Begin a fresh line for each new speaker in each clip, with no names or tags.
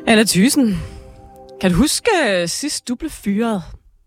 Anna Thyssen, kan du huske sidst du blev fyret?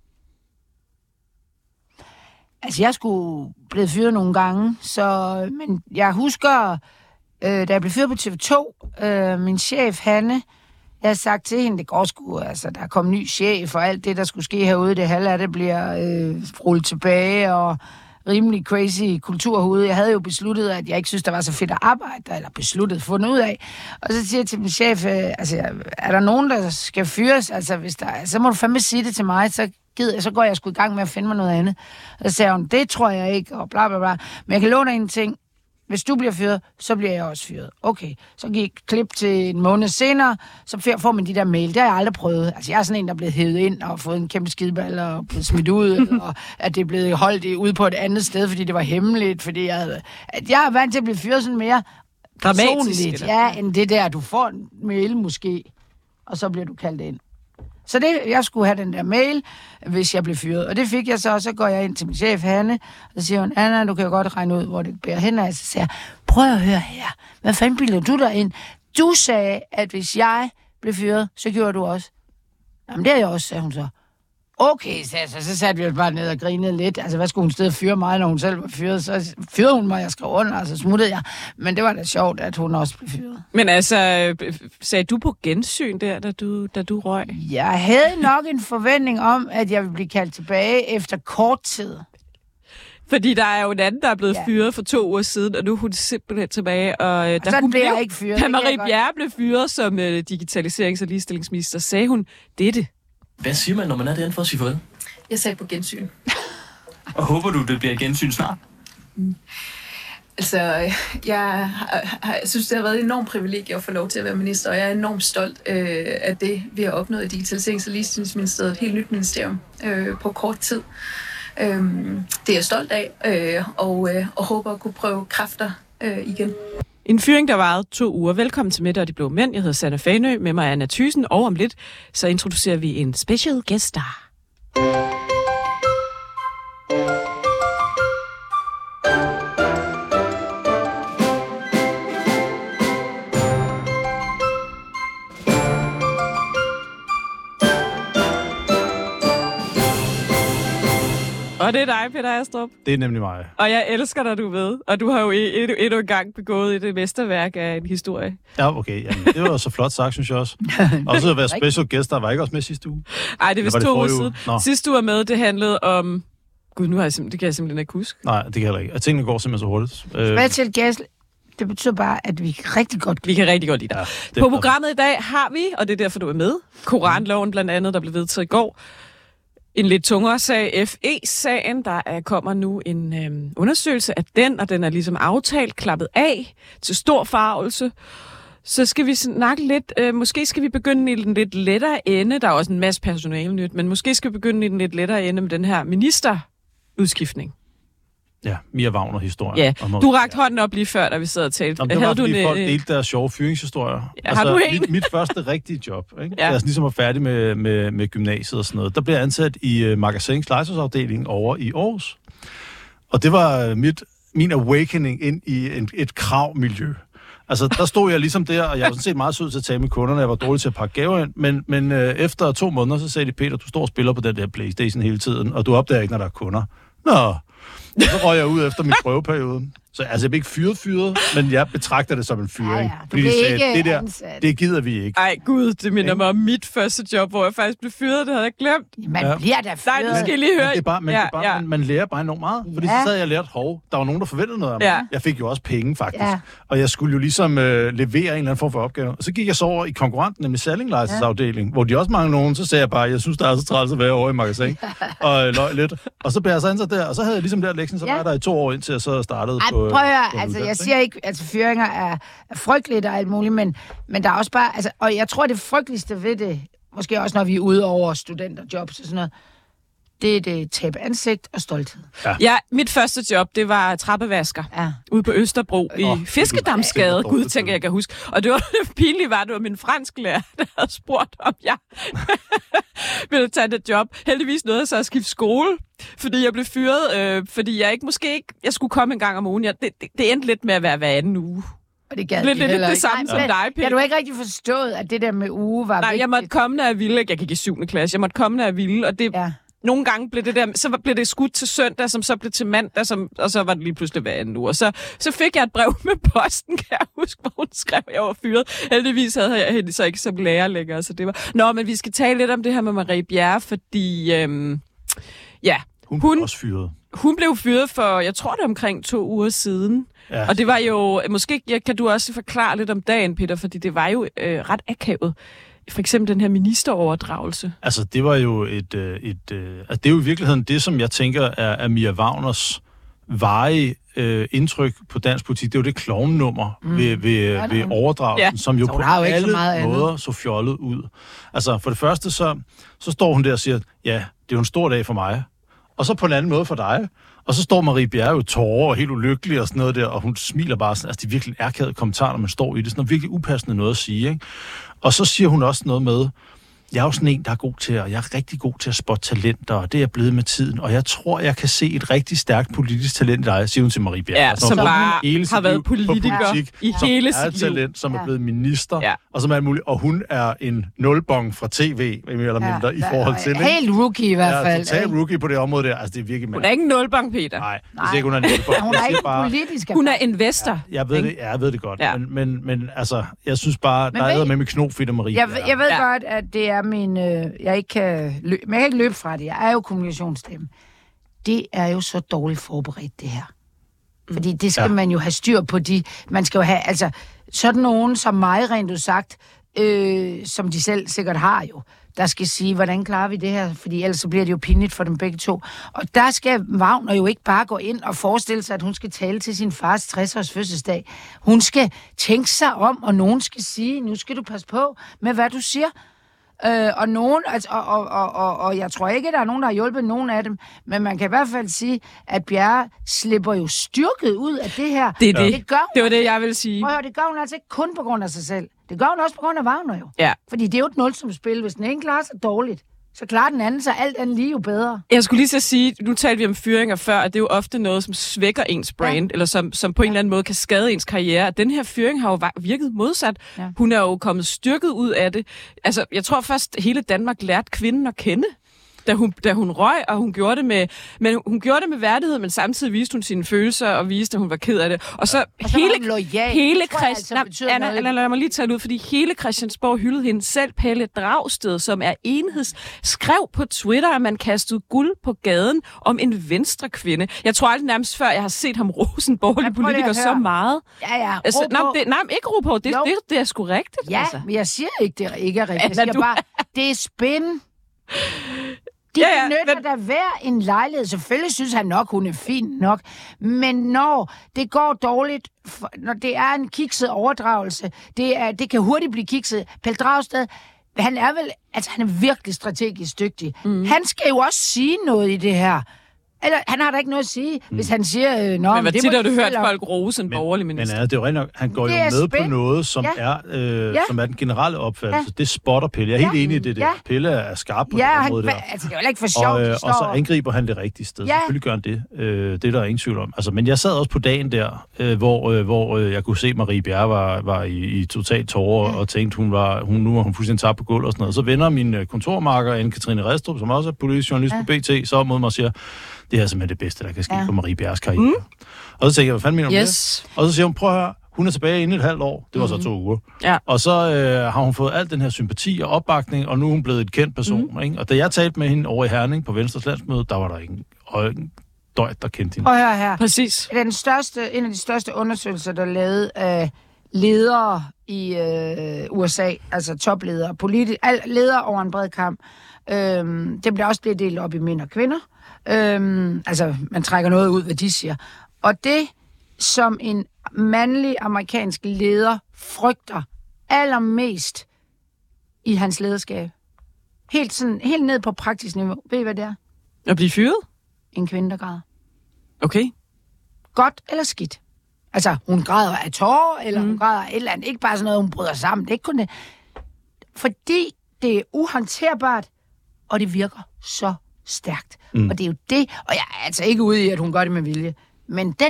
Altså, jeg skulle blive fyret nogle gange, men jeg husker, da jeg blev fyret på TV2, min chef, Hanne, jeg har sagt til hende, det går sgu, altså, der kom ny chef, og alt det, der skulle ske herude, det halve af det bliver rullet tilbage, og rimelig crazy kulturhoved. Jeg havde jo besluttet, at jeg ikke synes, der var så fedt at arbejde der, eller fundet ud af. Og så siger jeg til min chef, altså, er der nogen, der skal fyres? Altså, hvis der, så må du fandme sige det til mig, så går jeg sgu i gang med at finde mig noget andet. Og så sagde hun, det tror jeg ikke, og bla bla bla. Men jeg kan love dig en ting. Hvis du bliver fyret, så bliver jeg også fyret. Okay, så gik klip til en måned senere, så får man de der mail. Det har jeg aldrig prøvet. Altså, jeg er sådan en, der er blevet hævet ind og fået en kæmpe skideball og blevet smidt ud, og at det er blevet holdt ude på et andet sted, fordi det var hemmeligt, fordi jeg er vant til at blive fyret sådan mere personligt, end det der, du får en mail måske, og så bliver du kaldt ind. Så jeg skulle have den der mail, hvis jeg blev fyret. Og det fik jeg så, og så går jeg ind til min chef, Hanne, og så siger hun, Anna, du kan jo godt regne ud, hvor det bærer hen. Og så siger jeg, prøv at høre her, hvad fanden bilder du der ind? Du sagde, at hvis jeg blev fyret, så gjorde du også. Jamen det er jeg også, sagde hun så. Okay, så satte vi bare ned og grinede lidt. Altså, hvad skulle hun stede og fyre mig, når hun selv var fyret? Så fyrede hun mig, og jeg skrev under, og så smuttede jeg. Men det var da sjovt, at hun også blev fyret.
Men altså, sagde du på gensyn der, da du røg?
Jeg havde nok en forventning om, at jeg ville blive kaldt tilbage efter kort tid.
Fordi der er jo en anden, der er blevet fyret for 2 uger siden, og nu er hun simpelthen tilbage. Og
da hun blev ikke fyret.
Da Marie Bjerre blev fyret som digitaliserings- og ligestillingsminister, sagde hun dette.
Hvad siger man, når man er derinde for at sige farvel?
Jeg sagde på gensyn.
Og håber du, det bliver gensyn snart?
Altså, jeg synes, det har været et enormt privilegie at få lov til at være minister, og jeg er enormt stolt af det, vi har opnået i Digitaliserings- og Ligestillingsministeriet, et helt nyt ministerium på kort tid. Det er jeg stolt af, og håber at kunne prøve kræfter igen.
En fyring, der varede 2 uger. Velkommen til Mette og de Blå Mænd. Jeg hedder Sanne Fanø, med mig Anna Thyssen, og om lidt, så introducerer vi en special guest star. Og det er dig, Peter Astrup.
Det er nemlig mig.
Og jeg elsker dig, du ved. Og du har jo endnu en gang begået et mesterværk af en historie.
Ja, okay. Jamen, det var så flot sagt, synes jeg også. Og så at være special guest, der var ikke også med sidste uge?
Nej, det er vist 2 uger siden. Sidste uge med, det handlede om... Gud, nu har jeg det kan jeg simpelthen ikke huske.
Nej, det kan jeg ikke. Tingene går simpelthen så hurtigt.
Special guest, det betyder bare, at vi kan rigtig godt
lide dig. Ja, på programmet i dag har vi, og det er derfor, du er med, Koranloven blandt andet, der blev vedtaget i går. En lidt tungere sag, FE-sagen, der kommer nu en undersøgelse af den, og den er ligesom aftalt, klappet af til stor forargelse. Så skal vi snakke lidt, måske skal vi begynde i den lidt lettere ende, der er også en masse personalenyt, men måske skal vi begynde i den lidt lettere ende med den her ministerudskiftning.
Ja, Mia Wagner-historien.
Ja, du rakte hånden op lige før, da vi sad og talte.
Det var fordi folk delte deres sjove fyringshistorier.
Ja, har du
mit første rigtige job, ikke? Ja. Jeg ligesom var færdig med gymnasiet og sådan noget. Der blev jeg ansat i Magasin's legetøjsafdeling over i Aarhus. Og det var min awakening ind i et kravmiljø. Altså, der stod jeg ligesom der, og jeg var sådan set meget sød til at tale med kunderne, jeg var dårlig til at pakke gaver ind, men efter 2 måneder, så sagde de, Peter, du står og spiller på den der PlayStation hele tiden, og du opdager ikke, når der er kunder. Nå, så røg jeg ud efter min prøveperiode. Så altså, jeg blev ikke fyret, men jeg betragter det som en fyring. Ja.
Fordi de sagde,
det gider vi ikke.
Ej gud, det minder mig om mit første job, hvor jeg faktisk blev fyret, det havde jeg glemt.
Man bliver da fyret.
Nej, du skal lige høre.
Man lærer bare enormt meget. Fordi så sad jeg og lærte, der var nogen, der forventede noget af mig. Ja. Jeg fik jo også penge, faktisk. Ja. Og jeg skulle jo ligesom levere en eller anden form for opgave. Og så gik jeg så over i konkurrenten, nemlig salginglejdelsesafdelingen, hvor de også mangler nogen. Så sagde jeg bare, jeg synes, der er så træls at være over i magasin. Og løg lidt. Og så blev jeg så ansat der, og så havde jeg ligesom lært lektionen, så var der i 2 år indtil jeg så startede på...
Altså, jeg siger ikke, at fyringer er frygteligt og alt muligt, men der er også bare, altså, og jeg tror, det frygteligste ved det, måske også når vi er ude over studenterjobs og sådan noget, det er det tab ansigt og stolthed.
Ja, mit første job, det var trappevasker ude på Østerbro i Fiskedamsgade. Gud, tænker jeg kan huske. Og det var pinligt, det var min fransklærer, der havde spurgt, om jeg ville tage det job. Heldigvis nåede jeg så at skifte skole, fordi jeg blev fyret, fordi jeg skulle komme en gang om ugen. Det endte lidt med at være hver anden uge.
Og det gad
lidt det samme som dig, Peter.
Jeg har ikke rigtig forstået, at det der med uge var vigtigt.
Jeg måtte komme, når jeg ville. Jeg gik i 7. klasse. Jeg måtte komme, når jeg ville, og det... Ja. Nogle gange blev det der, så blev det skudt til søndag, som så blev til mandag, og så var det lige pludselig hver anden uge. Og så fik jeg et brev med posten, kan jeg huske, hvor hun skrev, at jeg var fyret. Heldigvis havde jeg hende så ikke som lærer længere, så det var... Nå, men vi skal tale lidt om det her med Marie Bjerre, fordi...
Hun blev også fyret.
Hun blev fyret for, jeg tror det omkring 2 uger siden. Ja. Og det var jo... Måske kan du også forklare lidt om dagen, Peter, fordi det var jo ret akavet. For eksempel den her ministeroverdragelse. Altså,
det var jo altså, det er jo i virkeligheden det, som jeg tænker er Mia Wagners varige indtryk på dansk politik. Det er jo det klovnnummer ved overdragelsen, som jo på alle måder så fjollet ud. Altså, for det første, så står hun der og siger, ja, det er jo en stor dag for mig. Og så på en anden måde for dig. Og så står Marie Bjerre jo tårer og helt ulykkelig og sådan noget der, og hun smiler bare sådan, altså det er virkelig ærkede kommentarer, når man står i det. Sådan noget virkelig upassende noget at sige, ikke? Og så siger hun også noget med, jeg er jo sådan en, der er god til, og jeg er rigtig god til at spotte talenter, og det er jeg blevet med tiden, og jeg tror, jeg kan se et rigtig stærkt politisk talent i dig, siger hun til Marie Bjerre.
Ja, som bare har været politiker i hele sit liv.
Som er et talent, som er blevet minister, og som er alt muligt, og hun er en nulbong fra tv, mere eller mindre, i forhold til...
Helt rookie i hvert fald.
Ja, total rookie på det område der. Altså, det er virkelig...
Hun er ikke en nulbong, Peter.
Nej, det er ikke, hun er en nulbong.
Hun er ikke politisk.
Hun er investor.
Jeg ved det godt, men altså, jeg synes bare, der er med mit knofedt og Marie Bjerre.
Jeg ved godt, at det er min... jeg kan ikke løbe fra det. Jeg er jo kommunikationsstemme. Det er jo så dårligt forberedt, det her. Fordi det skal man jo have styr på. Man skal jo have, altså, sådan nogen som mig, rent udsagt, som de selv sikkert har jo, der skal sige, hvordan klarer vi det her? Fordi ellers så bliver det jo pinligt for dem begge to. Og der skal Wagner jo ikke bare gå ind og forestille sig, at hun skal tale til sin fars 60-års fødselsdag. Hun skal tænke sig om, og nogen skal sige, nu skal du passe på med, hvad du siger. Og nogen, altså, og jeg tror ikke, der er nogen, der har hjulpet nogen af dem, men man kan i hvert fald sige, at Bjerre slipper jo styrket ud af det her.
Det var det, jeg vil sige.
Og det gør hun altså ikke kun på grund af sig selv. Det gør hun også på grund af Wagner jo.
Ja.
Fordi det er jo et nulsumsspil. Hvis den ene klarer sig dårligt, så klarer den anden sig alt andet lige jo bedre.
Jeg skulle lige så sige, nu talte vi om fyringer før, at det er jo ofte noget, som svækker ens brand, eller som på en eller anden måde kan skade ens karriere. Den her fyring har jo virket modsat. Ja. Hun er jo kommet styrket ud af det. Altså, jeg tror først, hele Danmark lærte kvinden at kende, da hun røg, og hun gjorde det med værdighed, men samtidig viste hun sine følelser og viste, at hun var ked af det. Og så hele lad mig lige tage det ud, fordi hele Christiansborg hyldede hende. Selv Pelle Dragsted, som er skrev på Twitter, at man kastede guld på gaden om en venstre kvinde. Jeg tror aldrig nærmest før, jeg har set ham rose en borgerlig politiker så meget.
Ja.
Altså, ikke ro på. Det er sgu rigtigt.
Ja, altså. Men jeg siger ikke, det ikke er rigtigt. Jeg siger bare, det er spin. De benytter da hver en lejlighed. Selvfølgelig synes han nok, hun er fin nok. Men når det går dårligt, når det er en kikset overdragelse, det kan hurtigt blive kikset. Pelle Dragsted, han er virkelig strategisk dygtig. Han skal jo også sige noget i det her. Eller, han har da ikke noget at sige, hvis han siger...
men hvad tit har du hørt folk rose en borgerlig minister?
Men det er jo rent nok, han går jo med på noget, som som er den generelle opfattelse. Ja. Det spotter Pelle. Jeg er helt enig i det der. Pelle er skarp på det område der.
Altså, det er jo ikke for sjovt,
og så angriber han det rigtige sted. Ja. Selvfølgelig gør han det. Det er der ingen tvivl om. Altså, men jeg sad også på dagen der, hvor jeg kunne se, at Marie Bjerre var i totalt tårer og tænkte, nu var hun fuldstændig tabt på gulv og sådan noget. Så vender min kontormarker, Anne-Katrine Restrup, som også er politisk journalist på BT, så mod mig og siger, det er simpelthen det bedste, der kan ske for Marie Bjerres karriere. Og så tænker jeg, hvad fanden mener du det? Og så siger hun, prøv at høre, hun er tilbage inden et halvt år. Det var så 2 uger. Ja. Og så har hun fået al den her sympati og opbakning, og nu er hun blevet et kendt person. Ikke? Og da jeg talte med hende over i Herning på Venstres landsmøde, der var der ikke en døjt, der kendte hende.
Og hør her.
Præcis.
En af de største undersøgelser, der er lavet af ledere i USA, altså topledere, ledere over en bred kamp. Det bliver også delt op i mænd og kvinder. Altså, man trækker noget ud, hvad de siger. Og det, som en mandlig amerikansk leder frygter allermest i hans lederskab, helt ned på praktisk niveau, ved I, hvad det er?
At blive fyret?
En kvinde, der græder.
Okay.
Godt eller skidt. Altså, hun græder af tårer, eller hun græder af et eller andet. Ikke bare sådan noget, hun bryder sammen. Det er ikke kun det. Fordi det er uhåndterbart, og det virker så stærkt. Og det er jo det, og jeg er altså ikke ude i, at hun gør det med vilje, men den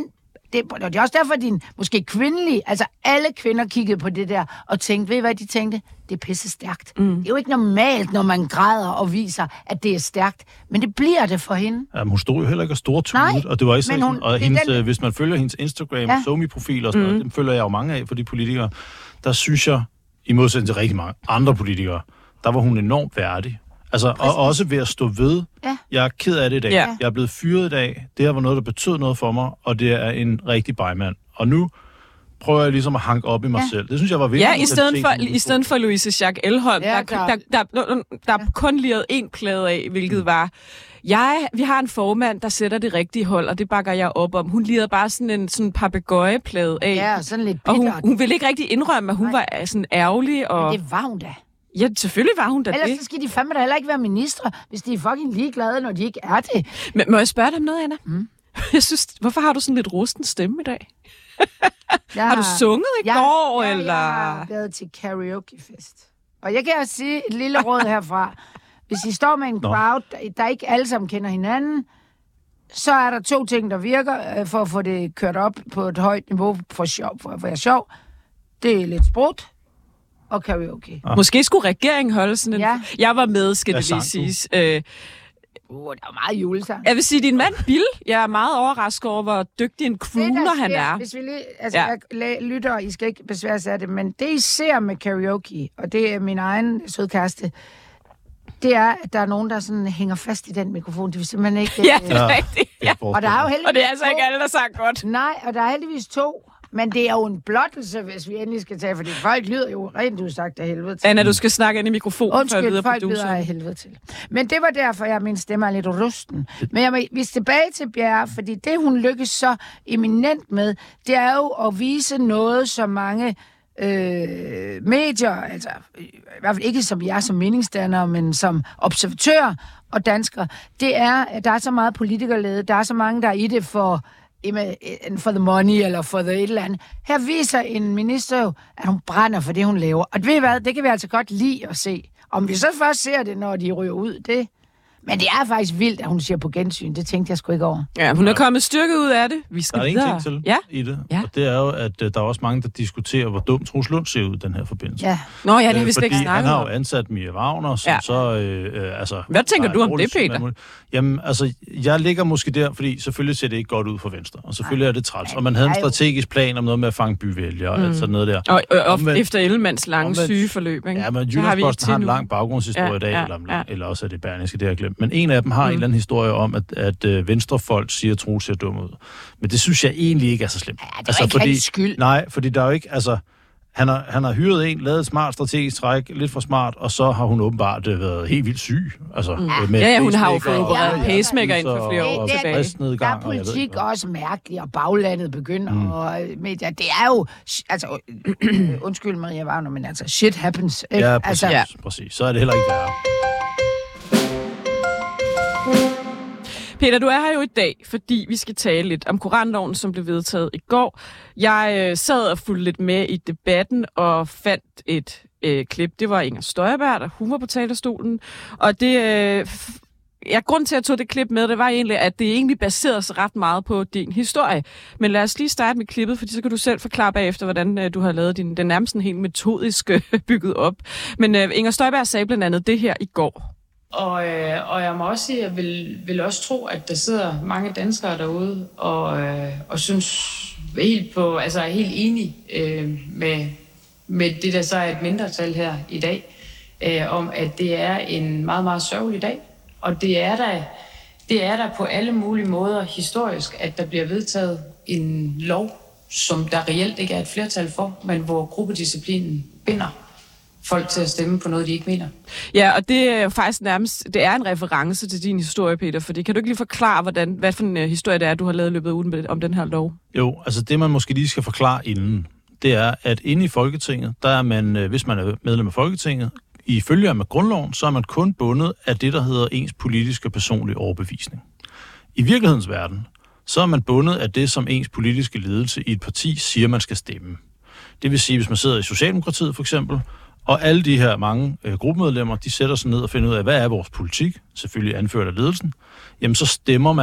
det er også derfor, din måske kvindelige, altså alle kvinder kiggede på det der og tænkte, ved I hvad de tænkte? Det er pisse stærkt. Det er jo ikke normalt, når man græder og viser, at det er stærkt, men det bliver det for hende.
Jamen, hun stod jo heller ikke og stortudet, og det var især sådan, og hendes, hvis man følger hendes Instagram, SoMe-profil og sådan noget, dem følger jeg jo mange af for de politikere, der synes jeg, i modsætning til rigtig mange andre politikere, der var hun enormt værdig. Altså, og også ved at stå ved. Ja. Jeg er ked af det i dag. Ja. Jeg er blevet fyret i dag. Det her var noget, der betød noget for mig, og det er en rigtig bejmand. Og nu prøver jeg ligesom at hanke op i mig selv. Det synes jeg var vigtigt.
Ja, i stedet for Louise Schack Elholm, der er kun liret en plade af, hvilket var... Vi har en formand, der sætter det rigtige hold, og det bakker jeg op om. Hun lirede bare sådan en papegøjeplade af.
Ja, sådan lidt
bittert. Og hun ville ikke rigtig indrømme, at hun var sådan ærgerlig. Og...
Men det var hun da.
Ja, selvfølgelig var hun da
ellers så skal de fandme da heller ikke være ministre, hvis de er fucking ligeglade, når de ikke er det.
Men må jeg spørge dig om noget, Anna? Jeg synes, hvorfor har du sådan lidt rusten stemme i dag? Har du sunget i går, eller?
Jeg har været til karaokefest. Og jeg kan også sige et lille råd herfra. Hvis I står med en crowd, der ikke alle sammen kender hinanden, så er der 2 ting, der virker for at få det kørt op på et højt niveau for at være sjov. Det er lidt sprut og karaoke.
Måske skulle regeringen holde sådan en... Ja. Jeg var med, skal det lige siges.
Der var meget julesang.
Jeg vil sige, din mand Bill, jeg er meget overrasket over, hvor dygtig en crooner han er.
Hvis vi lige, jeg lytter, I skal ikke besvære sig af det, men det I ser med karaoke, og det er min egen sødkæreste, det er, at der er nogen, der sådan hænger fast i den mikrofon. De vil simpelthen ikke...
Ja, det er rigtigt. Ja.
Og der er jo heldigvis
og det er altså ikke alle, der sagt godt.
Nej, og der er heldigvis 2. Men det er jo en blottelse, hvis vi endelig skal tage, fordi folk lyder jo rent udsagt af helvede til.
Anna, du skal snakke ind i mikrofonen.
Undskyld, folk lyder af helvede til. Men det var derfor, min stemme er lidt rusten. Men jeg vil tilbage til Bjerre, fordi det, hun lykkes så eminent med, det er jo at vise noget, som mange medier, altså i hvert fald ikke som jeg som meningsdannere, men som observatører og danskere, det er, at der er så meget politikerlede, der er så mange, der er i det for the money, eller for the et eller andet. Her viser en minister jo, at hun brænder for det, hun laver. Og ved I hvad, det kan vi altså godt lide at se. Om vi så først ser det, når de ryger ud, det... Men det er faktisk vildt, at hun siger på gensyn. Det tænkte jeg sgu ikke over.
Ja, hun er kommet styrket ud af det. Vi skal videre.
Der er en ting til i det, og det er jo, at der er også mange, der diskuterer, hvor dum Troels Lund ser ud i den her forbindelse.
Ja. Nå ja, det har vi slet ikke snakket om.
Han har jo ansat Mia Wagner, som så...
Hvad tænker du om det, Peter?
Jamen, altså, jeg ligger måske der, fordi selvfølgelig ser det ikke godt ud for Venstre, og selvfølgelig er det træls. Og man havde en strategisk plan om noget med at fange byvælgere og alt sådan noget der.
Og efter Ellemanns lange sygeforløb, ikke?
Ja, men Jyllandsposten har en lang baggrundshistorie i dag, eller også er det Berlingske, det har jeg glemt. Men en af dem har en eller anden historie om, at venstrefolk siger, at Troels ser dum ud. Men det synes jeg egentlig ikke er så slemt.
Ja, det er ikke hans skyld.
Nej, fordi der er jo ikke... Altså, han har hyret en, lavet et smart strategisk træk, lidt for smart, og så har hun åbenbart været helt vildt syg. Altså,
med hun har jo fået opereret pacemaker inden for flere år tilbage.
Der er politik også mærkelig, og baglandet begynder, og medier. Det er jo... Altså, undskyld Maria Wagner, men altså, shit happens.
Ja, præcis. Så er det heller ikke værre.
Peter, du er her jo i dag, fordi vi skal tale lidt om koranloven, som blev vedtaget i går. Jeg sad og fulgte lidt med i debatten og fandt et klip. Det var Inger Støjberg, der hun var på talerstolen. Og grund til, at jeg tog det klip med, det var egentlig, at det egentlig baserede sig ret meget på din historie. Men lad os lige starte med klippet, fordi så kan du selv forklare bagefter, hvordan du har lavet den nærmest helt metodisk bygget op. Men Inger Støjberg sagde blandt andet det her i går.
Og jeg må også sige, at jeg vil også tro, at der sidder mange danskere derude og synes er helt enige med det, der så er et mindretal her i dag, om at det er en meget, meget sørgelig dag. Og det er der på alle mulige måder historisk, at der bliver vedtaget en lov, som der reelt ikke er et flertal for, men hvor gruppedisciplinen binder folk til at stemme på noget, de ikke mener.
Ja, og det er jo faktisk nærmest, det er en reference til din historie, Peter, fordi kan du ikke lige forklare, hvad for en historie det er, du har lavet i løbet af ugen om den her lov?
Jo, altså det man måske lige skal forklare inden, det er, at inde i Folketinget, der er man, hvis man er medlem af Folketinget, ifølge med grundloven, så er man kun bundet af det, der hedder ens politiske personlige overbevisning. I virkelighedens verden, så er man bundet af det, som ens politiske ledelse i et parti siger, man skal stemme. Det vil sige, hvis man sidder i Socialdemokratiet for eksempel, og alle de her mange gruppemedlemmer, de sætter sig ned og finder ud af, hvad er vores politik, selvfølgelig anført af ledelsen, jamen så stemmer man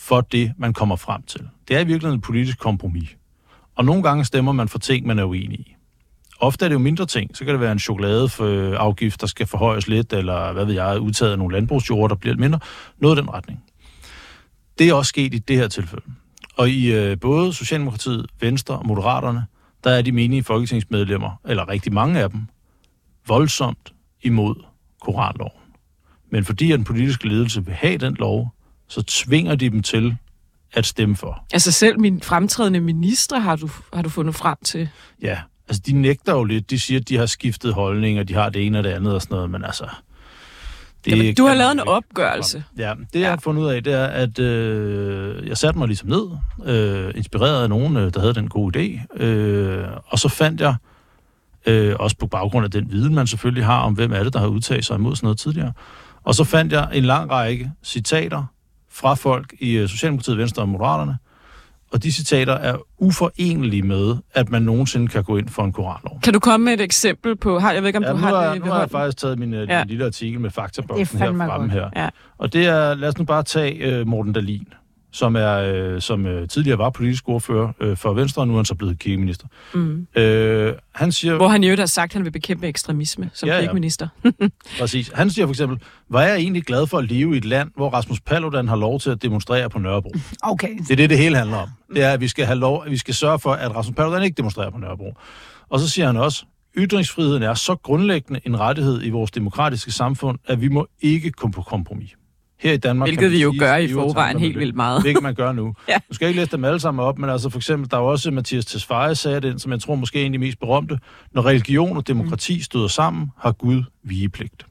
for det, man kommer frem til. Det er i virkeligheden et politisk kompromis. Og nogle gange stemmer man for ting, man er uenig i. Ofte er det jo mindre ting. Så kan det være en chokoladeafgift, der skal forhøjes lidt, eller hvad ved jeg, udtaget af nogle landbrugsjord, der bliver lidt mindre. Noget i den retning. Det er også sket i det her tilfælde. Og i både Socialdemokratiet, Venstre og Moderaterne, der er de menige folketingsmedlemmer, eller rigtig mange af dem, voldsomt imod koranloven. Men fordi den politiske ledelse vil have den lov, så tvinger de dem til at stemme for.
Altså selv min fremtrædende minister har du fundet frem til?
Ja, altså de nægter jo lidt. De siger, at de har skiftet holdning, og de har det ene og det andet og sådan noget, men altså...
Jamen, du har lavet en opgørelse.
Ja, det jeg har fundet ud af, det er, at jeg satte mig ligesom ned, inspireret af nogen, der havde den gode idé, og så fandt jeg, også på baggrund af den viden, man selvfølgelig har om, hvem er det, der har udtalt sig imod sådan noget tidligere, og så fandt jeg en lang række citater fra folk i Socialdemokratiet, Venstre og Moderaterne, og de citater er uforenelige med, at man nogensinde kan gå ind for en koranlov.
Kan du komme med et eksempel på... Jeg ved ikke, om du har det.
Nu har jeg faktisk taget min lille artikel med faktaboksen her fremme her.
Ja.
Og det er, lad os nu bare tage Morten Dahlin, som tidligere var politisk ordfører for Venstre, og nu er han så blevet kirkeminister. Han siger...
Hvor han i øvrigt har sagt, at han vil bekæmpe ekstremisme som kirkeminister.
Præcis. Han siger for eksempel, var jeg egentlig glad for at leve i et land, hvor Rasmus Paludan har lov til at demonstrere på Nørrebro.
Okay.
Det er det hele handler om. Det er, at vi skal sørge for, at Rasmus Paludan ikke demonstrerer på Nørrebro. Og så siger han også, ytringsfriheden er så grundlæggende en rettighed i vores demokratiske samfund, at vi må ikke komme på kompromis. Her i Danmark,
hvilket vi jo gør i forvejen helt vildt meget.
Hvilket man gør nu.
Ja.
Nu skal jeg ikke læse dem alle sammen op, men altså for eksempel, der er også Mathias Tesfaye sagde den, som jeg tror måske er en af de mest berømte. Når religion og demokrati støder sammen, har Gud vigepligt.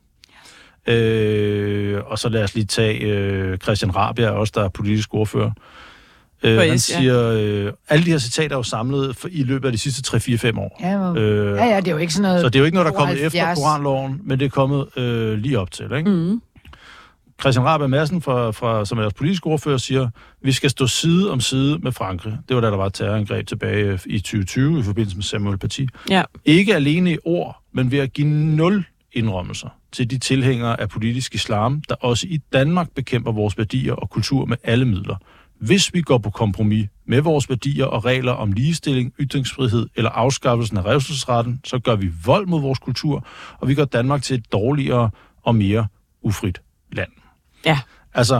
Og så lad os lige tage Christian Rabjerg, også der er politisk ordfører. Han siger, alle de her citater er jo samlet i løbet af de sidste 3-4-5 år.
Ja, det er jo ikke sådan noget...
Så det er jo ikke noget, der er kommet efter koranloven, men det er kommet lige op til, ikke? Mm. Christian Rabjerg Madsen, som er deres politiske ordfører, siger, vi skal stå side om side med Frankrig. Det var da der var et terrorangreb tilbage i 2020 i forbindelse med Samuel Paty. Ja. Ikke alene i ord, men ved at give 0 indrømmelser til de tilhængere af politisk islam, der også i Danmark bekæmper vores værdier og kultur med alle midler. Hvis vi går på kompromis med vores værdier og regler om ligestilling, ytringsfrihed eller afskaffelsen af revselsesretten, så gør vi vold mod vores kultur, og vi gør Danmark til et dårligere og mere ufrit land.
Ja.
Altså,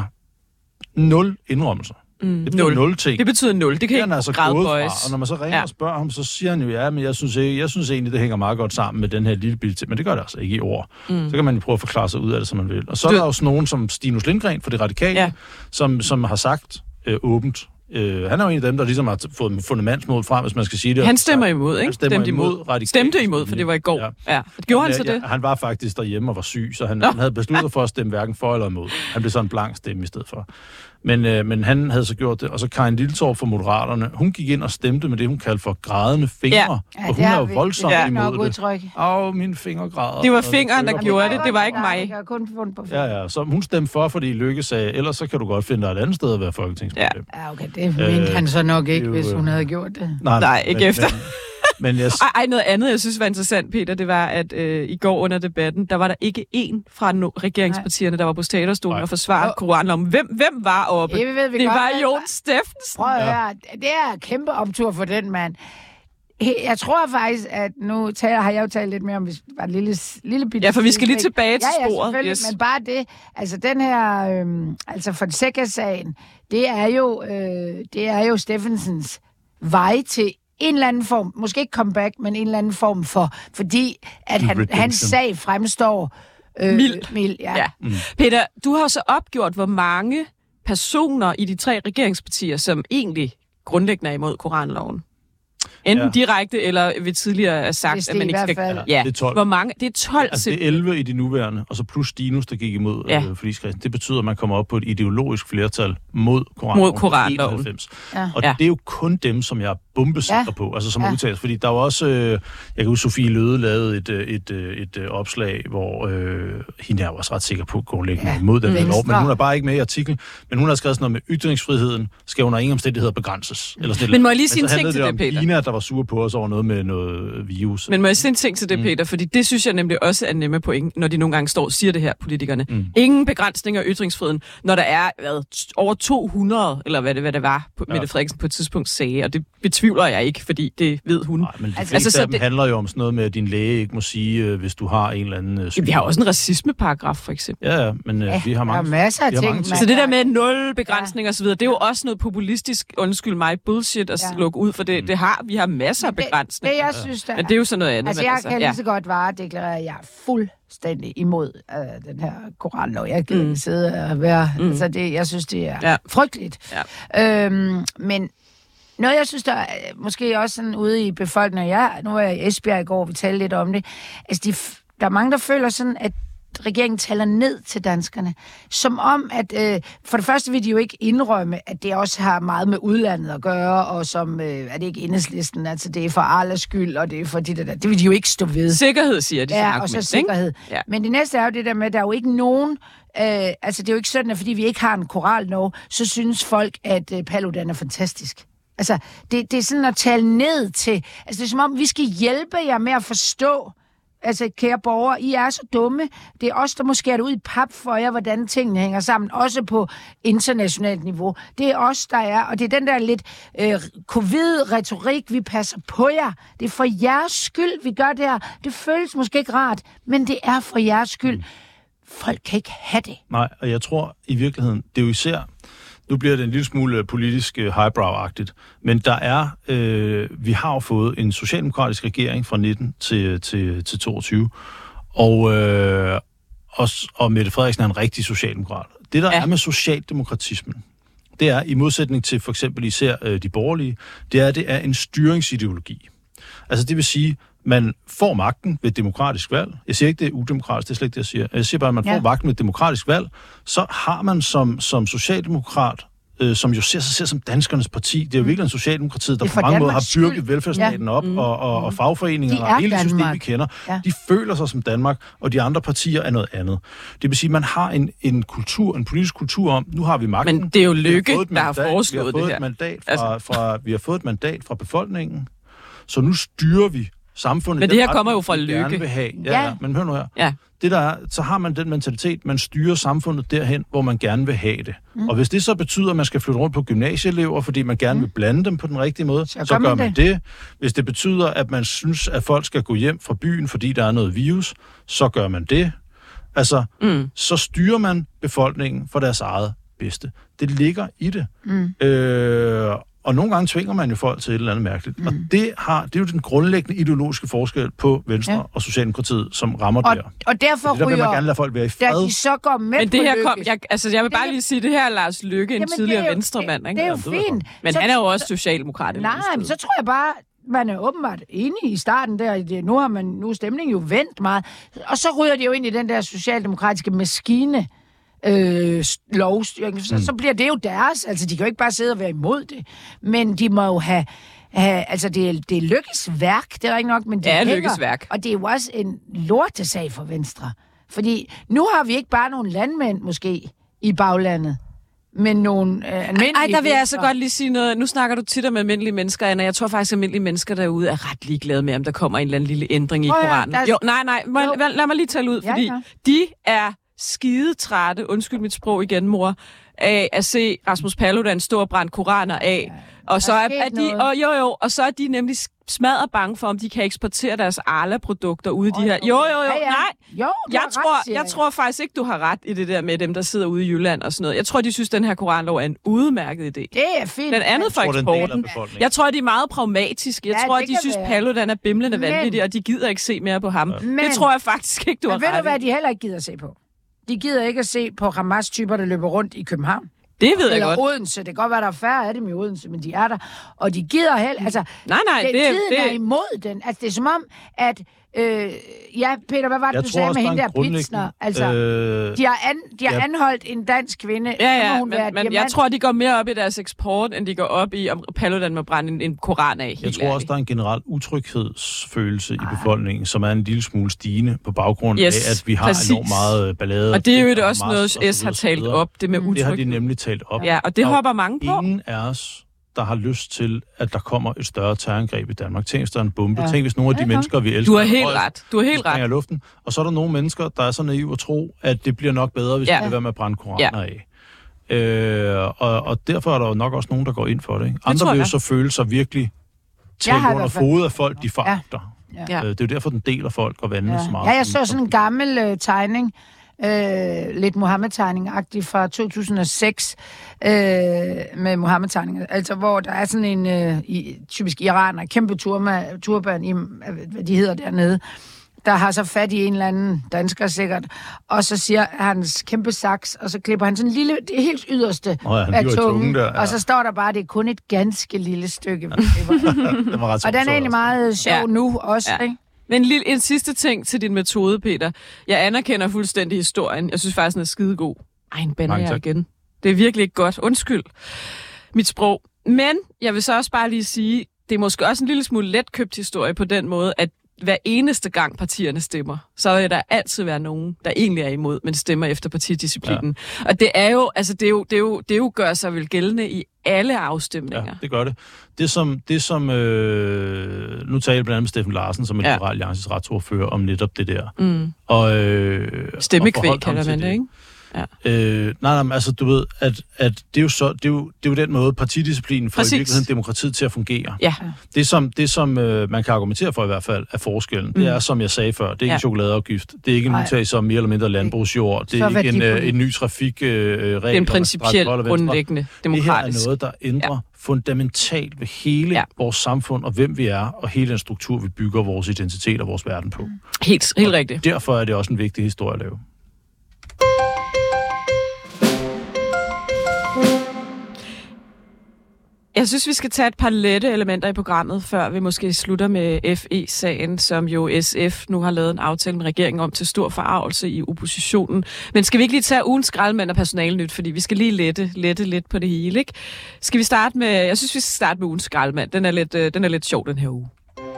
0 indrømmelser. Det betyder 0 ting.
Det betyder 0. Det kan ikke
altså gradbøjes. Og når man så ringer og spørger ham, så siger han jo, ja, men jeg synes egentlig, det hænger meget godt sammen med den her lille bil til. Men det gør det altså ikke i ord. Så kan man jo prøve at forklare sig ud af det, som man vil. Og så er der også nogen som Stinus Lindgren fra Det Radikale, som har sagt åbent. Han er jo en af dem, der ligesom har fået fundamentmål frem, hvis man skal sige det.
Han stemmer imod, ikke?
Stemte
imod, for det var i går. Ja. Gjorde han så det?
Han var faktisk derhjemme og var syg, så han havde besluttet for at stemme hverken for eller imod. Han blev sådan en blank stemme i stedet for. Men han havde så gjort det. Og så Karin Lilletorp fra Moderaterne, hun gik ind og stemte med det, hun kaldte for grædende fingre. Ja. Og hun er jo voldsomt imod det. Mine fingre græder.
Det var fingeren, der gjorde det. Det var ikke mig.
Jeg har kun fundet på
Ja. Så hun stemte for, fordi Lykke sagde, ellers så kan du godt finde dig et andet sted at være folketingsmedlem.
Ja, okay. Det mente han så nok ikke, hvis hun havde gjort det.
Nej, ikke efter.
Men
noget andet, jeg synes var interessant, Peter, det var, at i går under debatten, der var der ikke én fra regeringspartierne, der var på talerstolen og forsvarede koranloven. Hvem var oppe? Det var Jon Steffensen.
Prøv at høre, det er kæmpe optur for den mand. Jeg tror faktisk, at nu har jeg jo talt lidt mere om, hvis bare lille bitte...
Ja, for vi skal lige tilbage til sporet.
Ja, yes. Men bare det, altså den her, altså Fonseca-sagen, det er jo Steffensens vej til en eller anden form, måske ikke comeback, men en eller anden form fordi at hans sag fremstår mild. Ja.
Peter, du har så opgjort, hvor mange personer i de 3 regeringspartier, som egentlig grundlæggende er imod koranloven. Enten direkte eller ved tidligere er sagt, at man ikke skal...
Ja, det er 12.
Hvor mange? Det er 12.
Altså, det er 11 i de nuværende, og så plus Stinus, der gik imod forligskredsen. Det betyder, at man kommer op på et ideologisk flertal mod koranloven. Ja. Og det er jo kun dem, som jeg er bombesikker på, altså som udtales. Fordi der var også... jeg kan huske, Sofie Løde lavede et opslag, hvor hende er også ret sikker på, at grundlæggende imod den her lov. Men hun er bare ikke med i artiklen. Men hun har skrevet sådan noget med ytringsfriheden, skal under ingen omstændigheder begrænses. Eller
men må jeg lige sige en ting til det, Peter?
Kina, der var sure på os over noget med noget virus.
Men må jeg sige en ting til det, Peter? Fordi det synes jeg nemlig også er nemme point, når de nogle gange står og siger det her, politikerne. Ingen begrænsninger af ytringsfriheden, når der er over 200, eller hvad det var, Mette Frederiksen på et tidspunkt sagde, og det betvivler jeg ikke, fordi det ved hun.
Nej, men de fleste af dem handler jo om sådan noget med, at din læge ikke må sige, hvis du har en eller anden...
vi har også en racismeparagraf, for eksempel.
Ja, men vi har mange...
masser af ting.
Så det der med 0 begrænsninger osv., det er jo også noget populistisk, undskyld mig, bullshit at lukke ud, for det vi har masser af begrænsninger.
Det, jeg synes, der...
Men det er jo sådan noget andet.
Altså, jeg kan lige så godt varedeklarere, at jeg er fuldstændig imod den her koranlov. Jeg gider ikke sidde og være... Altså, jeg synes, det er frygteligt. Ja. Men noget, jeg synes, der er måske også sådan ude i befolkningen, nu var jeg i Esbjerg i går, vi talte lidt om det, altså der er mange, der føler sådan, at regeringen taler ned til danskerne. Som om, at for det første vil de jo ikke indrømme, at det også har meget med udlandet at gøre, og som, er det ikke Enhedslisten, altså det er for Arlas skyld, og det er for det der. Det vil de jo ikke stå ved.
Sikkerhed, siger de.
Ja, og så sikkerhed. Ja. Men det næste er jo det der med, at der er jo ikke nogen, altså det er jo ikke sådan, at fordi vi ikke har en korallov, så synes folk, at Paludan er fantastisk. Altså, det er sådan at tale ned til, altså det er som om, vi skal hjælpe jer med at forstå, altså, kære borgere, I er så dumme. Det er os, der måske er ud i pap for jer, hvordan tingene hænger sammen, også på internationalt niveau. Det er os, der er, og det er den der lidt covid-retorik, vi passer på jer. Det er for jeres skyld, vi gør det her. Det føles måske ikke rart, men det er for jeres skyld. Folk kan ikke have det.
Nej, og jeg tror i virkeligheden, det er jo især... Nu bliver det en lille smule politisk highbrow-agtigt, men der er, vi har jo fået en socialdemokratisk regering fra 19 til 22, og Mette Frederiksen er en rigtig socialdemokrat. Det, der er med socialdemokratismen, det er, i modsætning til for eksempel især de borgerlige, det er en styringsideologi. Altså det vil sige, man får magten ved et demokratisk valg. Jeg siger ikke, det er udemokratisk, det er slet ikke det, jeg siger. Jeg siger bare, at man får magten ved et demokratisk valg. Så har man som socialdemokrat, som jo ser sig selv som danskernes parti, det er jo virkelig en socialdemokrati, der på mange måder har byrket velfærdsstaten op, og fagforeninger og hele det system, vi kender. Ja. De føler sig som Danmark, og de andre partier er noget andet. Det vil sige, at man har en kultur, en politisk kultur om, nu har vi magten.
Men det er jo Løkke, der har foreslået det her.
Vi har fået et mandat fra befolkningen, så nu styrer vi samfundet.
Men det her kommer jo fra Løkke.
Vil have. Ja, men hør nu her.
Ja.
Det der er, så har man den mentalitet, man styrer samfundet derhen, hvor man gerne vil have det. Og hvis det så betyder, at man skal flytte rundt på gymnasieelever, fordi man gerne vil blande dem på den rigtige måde, så gør man det. Hvis det betyder, at man synes, at folk skal gå hjem fra byen, fordi der er noget virus, så gør man det. Altså, så styrer man befolkningen for deres eget bedste. Det ligger i det. Og nogle gange tvinger man jo folk til et eller andet mærkeligt. Og det er jo den grundlæggende ideologiske forskel på Venstre og Socialdemokratiet, som rammer der.
Og derfor
ryger... Der vil man gerne lade folk være i fred.
Da de så går med
men det her jeg vil bare lige sige, det her er Lars Løkke, en tidligere venstremand.
Det er jo fint.
Men så han er jo også socialdemokrat.
Nej, men så tror jeg bare, man er åbenbart enig i starten der. Nu er stemningen jo vendt meget. Og så ryger de jo ind i den der socialdemokratiske maskine, lovstyring, så bliver det jo deres. Altså, de kan jo ikke bare sidde og være imod det. Men de må jo have altså, det er Løkkes værk, det er ikke nok, men det er
Løkkes værk.
Og det er jo også en lortesag for Venstre. Fordi nu har vi ikke bare nogle landmænd, måske, i baglandet, men nogle almindelige...
der vil jeg altså godt lige sige noget. Nu snakker du tit om almindelige mennesker, Anna. Jeg tror faktisk, at almindelige mennesker derude er ret ligeglade med, om der kommer en eller anden lille ændring i Koranen. Lad mig lige tale ud, fordi de er skidetrætte, undskyld mit sprog igen, mor, af at se Rasmus Paludan stå og brænde koraner af. Og så og så er de nemlig smadret bange for, om de kan eksportere deres Arla-produkter ude i de her... Jeg tror faktisk ikke, du har ret i det der med dem, der sidder ude i Jylland og sådan noget. Jeg tror, de synes, den her koranlov er en udmærket idé.
Det er fint.
Den andet for eksporten. Jeg tror, de er meget pragmatiske. Jeg tror, de synes, Paludan er bimlende vanvittig, og de gider ikke se mere på ham. Det tror jeg faktisk ikke, du har ret i.
Men ved du, hvad de heller ikke gider se på? De gider ikke at se på Hamas-typer, der løber rundt i København.
Det ved jeg godt.
Eller Odense. Det kan godt være, der er færre af dem i Odense, men de er der. Og de gider heller... Altså, tiden er imod den. Altså, det er som om, at... Peter, hvad var det, du sagde med hende der Blitzner? Altså, de har anholdt en dansk kvinde.
Men jeg tror, de går mere op i deres eksport, end de går op i, om Paludan må brænde en koran af.
Jeg tror også, der er en generel utryghedsfølelse i befolkningen, som er en lille smule stigende på baggrund af, at vi har enormt meget ballade.
Og det er jo også noget, S har talt op, det med utryghed.
Det har de nemlig talt op.
Ja, og det hopper mange på.
Ingen af os der har lyst til, at der kommer et større terrorangreb i Danmark. Tænk, hvis der er en bombe. Ja. Tænk, hvis nogle af de mennesker, vi elsker...
Du har helt ret.
I luften. Og så er der nogle mennesker, der er så naive at tro, at det bliver nok bedre, hvis vi kan være med at brænde koraner af. Og derfor er der jo nok også nogen, der går ind for det. Ikke? Andre vil jo så føle sig virkelig tæt under fodet af folk, de foragter. Ja. Det er jo derfor, den deler folk og vandene så meget.
Ja, jeg så sådan en gammel tegning, lidt Mohammed-tegning-agtig fra 2006, med Mohammed-tegninger, altså hvor der er sådan en, typisk iraner, kæmpe turban i, hvad de hedder dernede, der har så fat i en eller anden dansker sikkert, og så siger hans kæmpe saks, og så klipper han sådan en lille, det helt yderste af tungen, og så står der bare, det er kun et ganske lille stykke. Det var ret og den er egentlig meget sjov nu også, ikke?
Men en sidste ting til din metode, Peter. Jeg anerkender fuldstændig historien. Jeg synes faktisk, den er skidegod. En bander jeg igen. Det er virkelig ikke godt. Undskyld mit sprog. Men jeg vil så også bare lige sige, det er måske også en lille smule letkøbt historie på den måde, at hver eneste gang partierne stemmer, så vil der altid være nogen, der egentlig er imod, men stemmer efter partidisciplinen. Ja. Og det er jo, altså det gør sig vel gældende i alle afstemninger.
Ja, det gør det. Det som nu taler jeg blandt andet med Steffen Larsen, som er Liberal Alliances retsordfører, om netop det der.
Og stemmekvæg kalder man det, ikke?
Ja. Nej, altså du ved, at det er jo så, det er jo den måde, partidisciplinen får i virkeligheden demokratiet til at fungere. Ja. Det som man kan argumentere for i hvert fald af forskellen, det er, som jeg sagde før, det er ikke en chokoladeafgift, det er ikke en udtagelse om mere eller mindre landbrugsjord, det er ikke en ny trafikregel.
Det er en principielt grundlæggende demokratisk.
Det her er noget, der ændrer fundamentalt ved hele vores samfund, og hvem vi er, og hele den struktur, vi bygger vores identitet og vores verden på.
Helt rigtigt.
Derfor er det også en vigtig historie at lave.
Jeg synes, vi skal tage et par lette elementer i programmet, før vi måske slutter med FE-sagen, som jo SF nu har lavet en aftale med regeringen om til stor forargelse i oppositionen. Men skal vi ikke lige tage ugens skraldemand og personalenyt, fordi vi skal lige lette lidt på det hele, ikke? Skal vi starte med, jeg synes, vi skal starte med ugens skraldemand. Den er lidt sjov den her uge.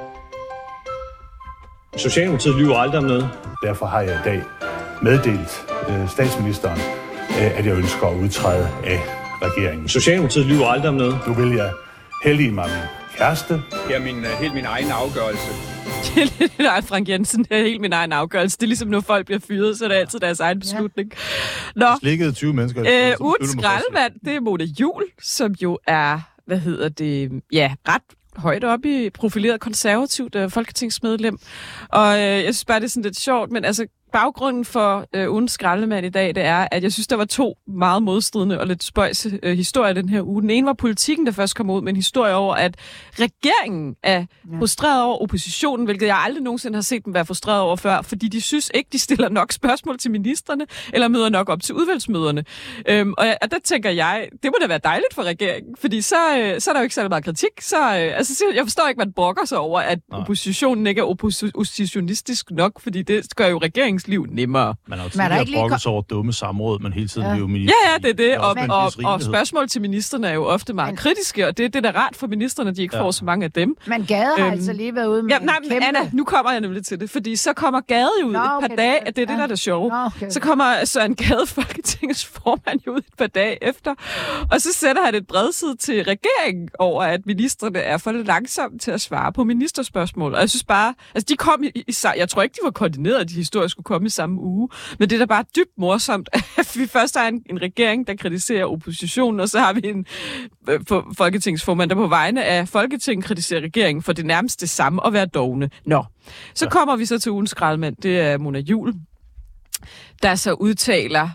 Socialdemokratiet lyver aldrig om noget.
Derfor har jeg i dag meddelt statsministeren, at jeg ønsker at udtræde af regeringen.
Socialdemokratiet lyver aldrig om noget.
Nu vil jeg heldige mig min kæreste.
Det er helt min egen afgørelse.
Nej, Frank Jensen, det er helt min egen afgørelse. Det er ligesom, når folk bliver fyret, så er det altid deres egen beslutning. Nå.
Slikket 20 mennesker.
Ugens skraldemand, det er Mona Juul, som jo er, ret højt op i profileret konservativt folketingsmedlem. Og jeg synes bare, det er sådan lidt sjovt, men altså baggrunden for ugens skraldemand i dag, det er, at jeg synes, der var to meget modstridende og lidt spøjse historier den her uge. Den ene var Politikken, der først kom ud med en historie over, at regeringen er frustreret over oppositionen, hvilket jeg aldrig nogensinde har set dem være frustreret over før, fordi de synes ikke, de stiller nok spørgsmål til ministerne, eller møder nok op til udvalgsmøderne. Og der tænker jeg, det må da være dejligt for regeringen, fordi så er der jo ikke særlig meget kritik. Jeg forstår ikke, man brokker sig over, at oppositionen ikke er oppositionistisk nok, fordi det gør jo regeringen liv nemmere.
Man har jo tidligere brokket sig over dumme samråd, men hele tiden er jo minister.
Ja, det er det. Og spørgsmål til ministerne er jo ofte meget kritiske, og det er da rart for ministerne, de ikke får så mange af dem.
Men Gade har altså lige været ude med
men Anna, nu kommer jeg nemlig til det, fordi så kommer Gade jo ud et par dage, at det er det, der er det sjove. Så kommer Søren Gade, Folketingets formand, jo ud et par dage efter, og så sætter han et bredside til regeringen over, at ministerne er for langsomme til at svare på ministerspørgsmål. Og jeg synes bare, altså de kom jeg tror ikke, de var koordineret, at de historier skulle komme i samme uge. Men det er da bare dybt morsomt, at vi først har en regering, der kritiserer oppositionen, og så har vi en folketingsformand, der på vegne af Folketinget kritiserer regeringen for det nærmest det samme at være dovne. Så kommer vi så til ugens skraldemand. Det er Mona Juul, der så udtaler...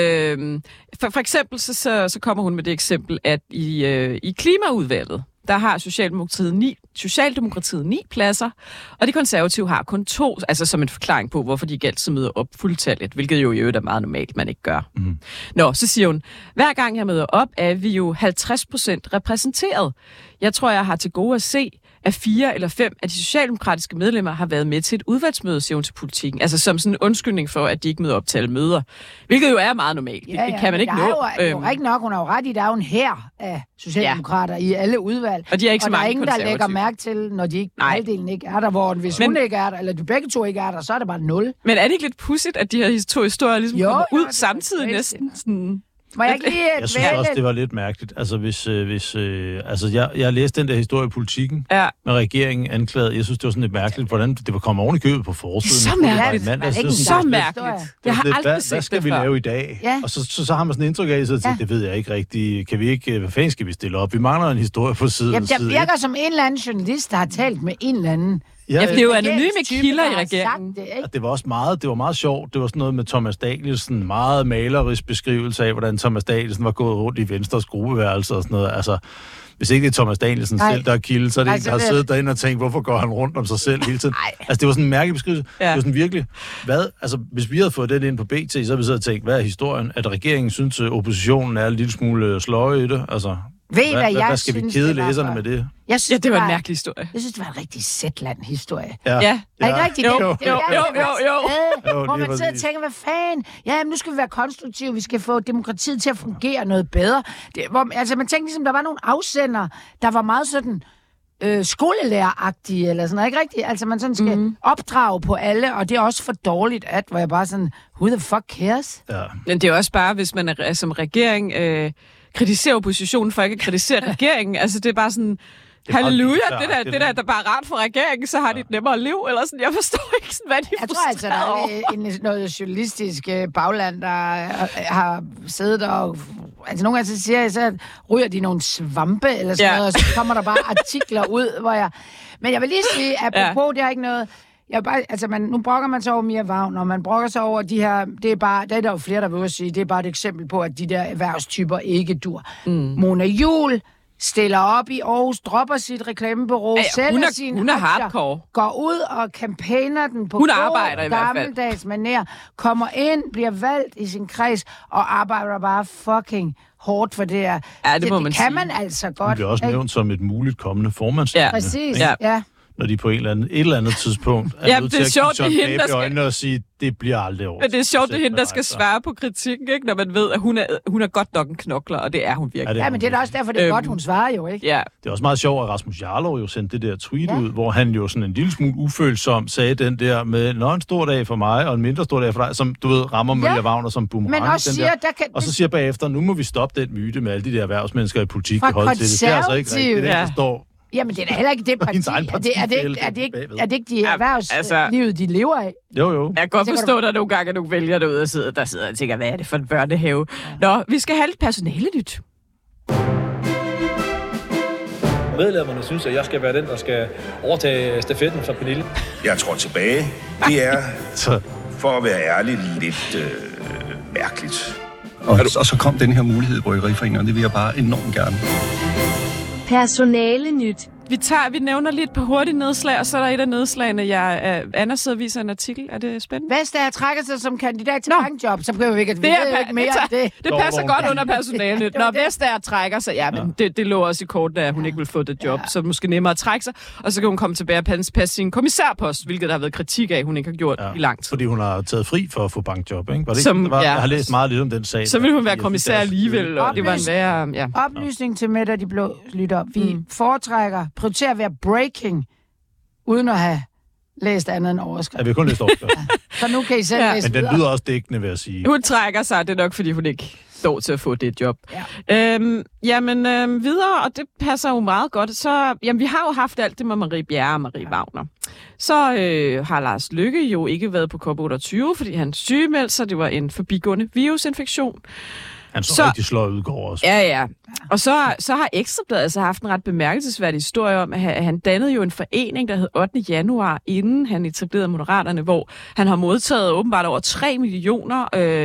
For eksempel så kommer hun med det eksempel, at i klimaudvalget, der har Socialdemokratiet 9 pladser, og de konservative har kun 2, altså som en forklaring på, hvorfor de ikke altid møder op fuldtalligt, hvilket jo i øvrigt er meget normalt, man ikke gør. Så siger hun, hver gang jeg møder op, er vi jo 50% repræsenteret. Jeg tror, jeg har til gode at se, at 4 eller 5 af de socialdemokratiske medlemmer har været med til et udvalgsmøde, siger hun til Politikken. Altså som sådan en undskyldning for, at de ikke møder op til alle møder. Hvilket jo er meget normalt. Det kan man ikke nå.
Det er jo ikke nok, hun har jo ret i, der er jo en hær af socialdemokrater i alle udvalg.
Og de er ikke så mange
der er ingen, der lægger mærke til, når de ikke, halvdelen ikke er der, hvor hvis hun ikke er der, eller de begge to ikke er der, så er det bare 0.
Men er det ikke lidt pudsigt, at de her to historier ligesom kommer ud samtidig næsten? Sådan...
Må jeg ikke lige
Jeg synes også, det var lidt mærkeligt. Altså, jeg læste den der historie i Politikken med regeringen anklaget. Jeg synes, det var sådan lidt mærkeligt, hvordan det var kommet oven i købet på forsiden.
Det er så mærkeligt. Jeg har aldrig set det.
Hvad skal vi lave i dag?
Ja.
Og så har man sådan en indtryk af, så det ved jeg ikke rigtigt. Kan vi ikke, hvad fanden skal vi stille op? Vi mangler en historie på siden.
Jamen, jeg virker som en eller anden journalist, der har talt med en eller anden.
Ja, det er jo anonyme kilder i regeringen.
Det var meget sjovt. Det var sådan noget med Thomas Danielsen, meget malerisk beskrivelse af, hvordan Thomas Danielsen var gået rundt i Venstres gruppeværelse og sådan noget. Altså, hvis ikke det er Thomas Danielsen selv, der er kilde, så er det en, der har siddet derinde og tænkt, hvorfor går han rundt om sig selv hele tiden? Altså, det var sådan en mærkelig beskrivelse. Ja. Det var sådan virkelig, hvis vi havde fået det ind på BT, så havde vi siddet og tænkt, hvad er historien? At regeringen synes, at oppositionen er en lille smule sløje i det? Altså, hvad skal vi kede læserne med det?
Det var en mærkelig historie.
Jeg synes, det var en rigtig Zetland-historie.
Ja.
Er ikke rigtigt?
Jo.
Hvor man sidder og tænker, hvad fanden? Ja, nu skal vi være konstruktive. Vi skal få demokratiet til at fungere noget bedre. Man tænkte ligesom, der var nogle afsender, der var meget sådan skolelæreragtige, eller sådan noget. Ikke rigtigt? Altså, man sådan skal opdrage på alle, og det er også for dårligt, hvor jeg bare sådan, who the fuck cares?
Ja.
Men det er også bare, hvis man er som regering kritiserer oppositionen for ikke at kritisere regeringen. Altså, det er bare sådan, halleluja, det der bare er rart for regeringen, så har de et nemmere liv, eller sådan. Jeg forstår ikke, sådan, hvad de
Jeg tror altså, der er noget journalistisk bagland, der har siddet og... Altså, nogle gange så ryger de nogle svampe, eller sådan noget, og så kommer der bare artikler ud, hvor jeg... Men jeg vil lige sige, apropos, det er ikke noget... nu brokker man sig over Mia Wagner, og man brokker sig over de her... Det er der jo flere, der vil sige, det er bare et eksempel på, at de der erhvervstyper ikke dur. Mona Juhl stiller op i Aarhus, dropper sit reklamebureau, sælger sine
hun er hardcore.
Går ud og campaigner den på
hun arbejder i hvert fald.
Gammeldags manér, kommer ind, bliver valgt i sin kreds, og arbejder bare fucking hårdt for det her.
Ja, det må man sige.
Kan man altså godt.
Det bliver også nævnt som et muligt kommende formandskab.
Ja, præcis. Ja.
Når de på et eller andet tidspunkt er nødt til at kigge Søren Pape i øjnene og sige, det bliver aldrig over.
Men det er sjovt, det er hende, der skal svare på kritikken, ikke? Når man ved, at hun er godt nok en knokler, og det er hun virkelig.
Ja, men det er da også derfor, det er godt, hun svarer jo, ikke?
Ja.
Det er også meget sjovt, at Rasmus Jarlov jo sendte det der tweet ud, hvor han jo sådan en lille smule ufølsom sagde den der med, en stor dag for mig, og en mindre stor dag for dig, som du ved, rammer Mia Wagner som boomerang.
Men også siger,
og så siger bagefter, nu må vi stoppe den myte med alle de der erhvervsmennesker i politik, der holder til det. Det er altså ikke rigtigt, det forstår.
Jamen, det er da heller ikke det parti. Er det ikke de erhvervslivet, de lever af?
Jo.
Jeg kan godt forstå, at der nogle gange er nogle vælgere derude, der sidder og tænker, hvad er det for en børnehave? Nå, vi skal have lidt personalenyt.
Medlemmerne synes, at jeg skal være den, der skal overtage stafetten fra Pernille.
Jeg tror tilbage. Det er, for at være ærlig, lidt mærkeligt.
Og så kom den her mulighed i Bryggeriforeningen, og det vil jeg bare enormt gerne.
Personalenyt.
Vi nævner lidt på hurtigt nedslag, og så er der et af nedslagene, Anna sidder og viser en artikel. Er det spændende?
Vestager trækker sig som kandidat til bankjob, så behøver vi ikke at vide mere af det.
Det passer godt under personalenyt. Når Vestager trækker sig, men det lå også i kortene, at hun ikke vil få det job, så måske nemmere at trække sig, og så kan hun komme tilbage og passe sin kommissærpost, hvilket der har været kritik af, hun ikke har gjort i lang tid.
Fordi hun har taget fri for at få bankjob, ikke? Jeg har læst meget lidt om den sag.
Så vil hun være kommissær alligevel, og det var en værre...
Oplysning til Mette og de blå lytter. Vi prioriterer at være breaking, uden at have læst andet end overskrift.
Ja, vi har kun læst overskrift.
Så nu kan I selv læse
Men den lyder også dækkende, vil jeg sige.
Hun trækker sig, det er nok, fordi hun ikke står til at få det job. Ja. Videre, og det passer jo meget godt. Så, vi har jo haft alt det med Marie Bjerre og Marie Wagner. Så har Lars Løkke jo ikke været på COP28, fordi han sygemeldte sig. Det var en forbigående virusinfektion.
Han så rigtig slået ud går også.
Ja. Og så har Ekstrabladet altså haft en ret bemærkelsesværdig historie om, at han dannede jo en forening, der hed 8. januar, inden han etablerede Moderaterne, hvor han har modtaget åbenbart over 3 millioner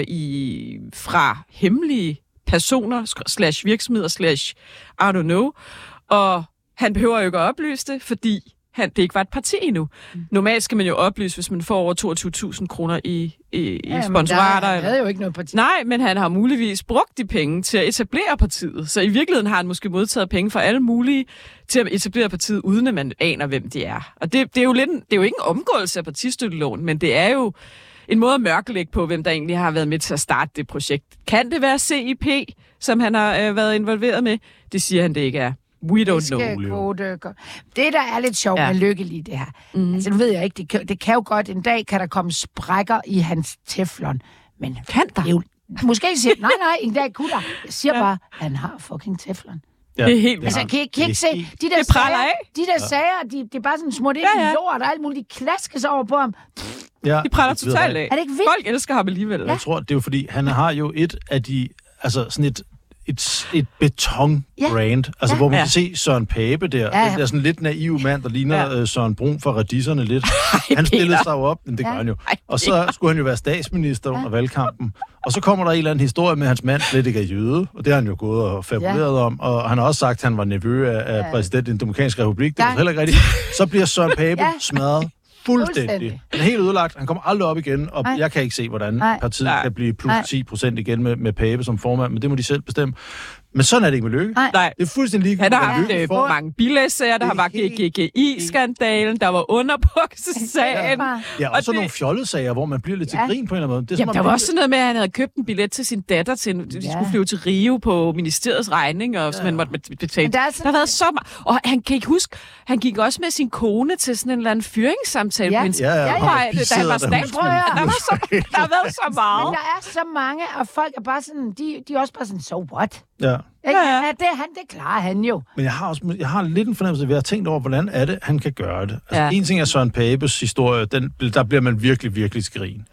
fra hemmelige personer, /virksomheder, I don't know. Og han behøver jo ikke at oplyse det, fordi det ikke var et parti endnu. Normalt skal man jo oplyse, hvis man får over 22.000 kroner i sponsorater.
Han havde jo ikke noget parti.
Nej, men han har muligvis brugt de penge til at etablere partiet. Så i virkeligheden har han måske modtaget penge fra alle mulige til at etablere partiet, uden at man aner, hvem de er. Og det er jo ikke en omgåelse af partistøtteloven, men det er jo en måde at mørkelægge på, hvem der egentlig har været med til at starte det projekt. Kan det være CIP, som han har været involveret med? Det siger han, det ikke er. We don't know.
Det, der er lidt sjovt med Løkke lige det her. Altså, nu ved jeg ikke, det kan jo godt, en dag kan der komme sprækker i hans teflon. Men
kan der?
Måske siger nej, en dag kutter. Jeg siger bare, han har fucking teflon.
Ja, det er helt
altså, kan I ikke se, de der sager, det er bare sådan smurt ind i jord, og alt muligt, de klaskes over på ham.
Ja, de praller totalt af.
Er det ikke vildt?
Folk elsker ham alligevel.
Jeg tror, det er jo fordi, han har jo et af de, altså sådan et betonbrand, altså hvor man kan se Søren Pape der. Ja. Det er sådan lidt naiv mand, der ligner Søren Brun fra Radisserne lidt. Han stillede sig jo op, men det gør han jo. Og så skulle han jo være statsminister under valgkampen. Og så kommer der en eller anden historie med, at hans mand slet ikke er jøde, og det har han jo gået og fabuleret om. Og han har også sagt, at han var nevø af præsident i den Dominikanske Republik. Det var heller ikke rigtigt. Så bliver Søren Pape smadret fuldstændig. Han er helt ødelagt. Han kommer aldrig op igen, og jeg kan ikke se, hvordan partiet kan blive plus 10% igen med Pape som formand, men det må de selv bestemme. Men sådan er det ikke med Løkke.
Nej.
Det er fuldstændig ligegyldigt.
Han har haft mange bilæssager, der har været GGI-skandalen, der var underbuksesagen.
Ja, og så nogle fjollesager, hvor man bliver lidt til grin på en eller anden måde.
Der var også sådan noget med, at han havde købt en billet til sin datter, de skulle flyve til Rio på ministeriets regning, og som han måtte betale. Der har været så meget. Og han kan ikke huske, han gik også med sin kone til sådan en eller anden fyringssamtale. Da han var statsminister. Der har været så meget.
Men der er så mange, og folk er bare sådan, de er også bare sådan, so what?
Ja.
Det klarer han jo.
Men jeg har lidt en fornemmelse, at vi har tænkt over, hvordan er det, han kan gøre det. Altså, en ting er Søren Papes historie, der bliver man virkelig, virkelig skrin.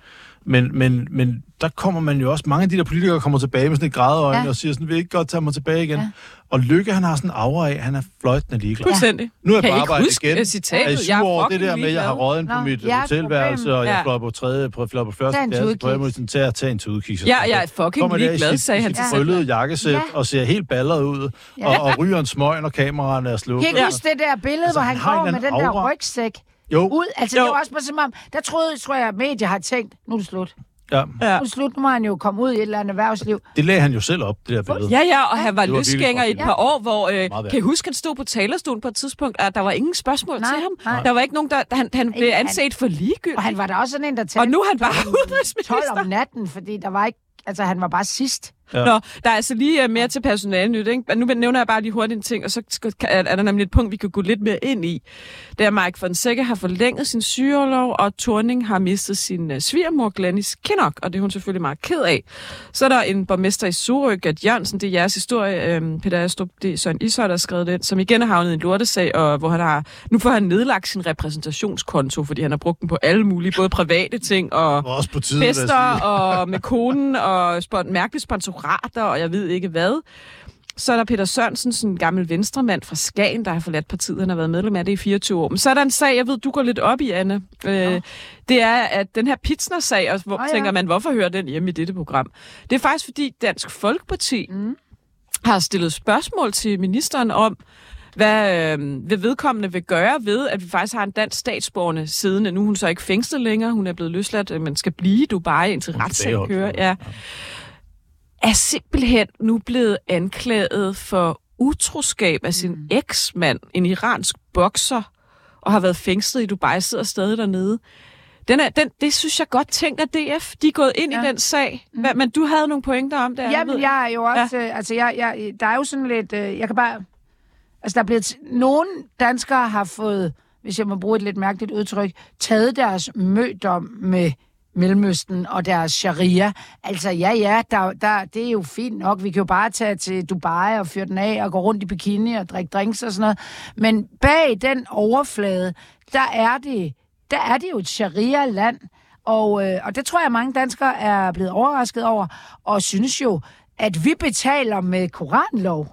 Men der kommer man jo også, mange af de der politikere kommer tilbage med sådan et grædeøjne og siger sådan, vil I ikke godt tage mig tilbage igen? Ja. Og Lykke, han har sådan en aura af, han er fløjtende ligeglad.
Fuldstændig.
Nu er jeg på arbejde igen.
Citatet,
jeg er 7 år, det der med, at jeg har røget ind på mit hotelværelse, og jeg fløj på første klasse, på jeg må sådan tage en tudekig.
Jeg er fucking ligeglad, sagde han.
Krøllet jakkesæt og ser helt balleret ud, og ryger en smøg, når kameraerne er slukket.
Kan I huske det der billede, hvor han går med den der rygsæk? Ud. Altså, det var også bare som om, der tror jeg, at medier har tænkt, nu er det slut.
Ja.
Nu er det slut, nu må han jo komme ud i et eller andet erhvervsliv.
Det lagde han jo selv op, det der billede.
Ja, og han var løsgænger i et par år, hvor, kan I huske, han stod på talerstolen på et tidspunkt, at der var ingen spørgsmål til ham. Nej. Der var ikke nogen, han blev anset for ligegyldig.
Og han var der også sådan en, der talte.
Og nu er han bare udenrigsminister.
12 om natten, fordi der var ikke, altså han var bare sidst.
Ja. Nå, der er altså lige mere til personalenyt, ikke? Nu nævner jeg bare lige hurtigt en ting, og så er der nemlig et punkt, vi kan gå lidt mere ind i. Det er, at Mike Fonseca har forlænget sin sygeorlov, og Thorning har mistet sin svigermor Glennis Kinnock, og det er hun selvfølgelig meget ked af. Så er der en borgmester i Sorø, Gert Jørgensen, det er jeres historie, Peter Astrup, det er Søren Ishøj, der har skrevet det, som igen har havnet i en lortesag, og hvor nu får han nedlagt sin repræsentationskonto, fordi han har brugt den på alle mulige, både private ting og fester, og med konen, og mærkelige sponsorater, og jeg ved ikke hvad. Så er der Peter Sørensen, sådan en gammel venstremand fra Skagen, der har forladt partiet. Han har været medlem af det i 24 år. Men så er der en sag, jeg ved, du går lidt op i, Anne. Det er, at den her Pitsner-sag, og tænker man, hvorfor hører den hjemme i dette program? Det er faktisk, fordi Dansk Folkeparti har stillet spørgsmål til ministeren om, hvad vedkommende vil gøre ved, at vi faktisk har en dansk statsborger siddende. Nu er hun så ikke fængslet længere, hun er blevet løsladt, men skal blive i Dubai, indtil retssagen kører. Ja. Er simpelthen nu blevet anklaget for utroskab af sin eksmand, en iransk bokser, og har været fængslet i Dubai, sidder stadig dernede. Det synes jeg godt tænkt af DF. De er gået ind i den sag. Men du havde nogle pointer om det.
Jamen, jeg er jo også... Altså, der er jo sådan lidt... Jeg kan bare... Altså, der er blevet... Nogle danskere har fået, hvis jeg må bruge et lidt mærkeligt udtryk, taget deres mødom med Mellemøsten og deres sharia. Altså, det er jo fint nok. Vi kan jo bare tage til Dubai og fyre den af og gå rundt i bikini og drikke drinks og sådan noget. Men bag den overflade, der er det jo et sharia-land. Og det tror jeg, mange danskere er blevet overrasket over, og synes jo, at vi betaler med koranlov.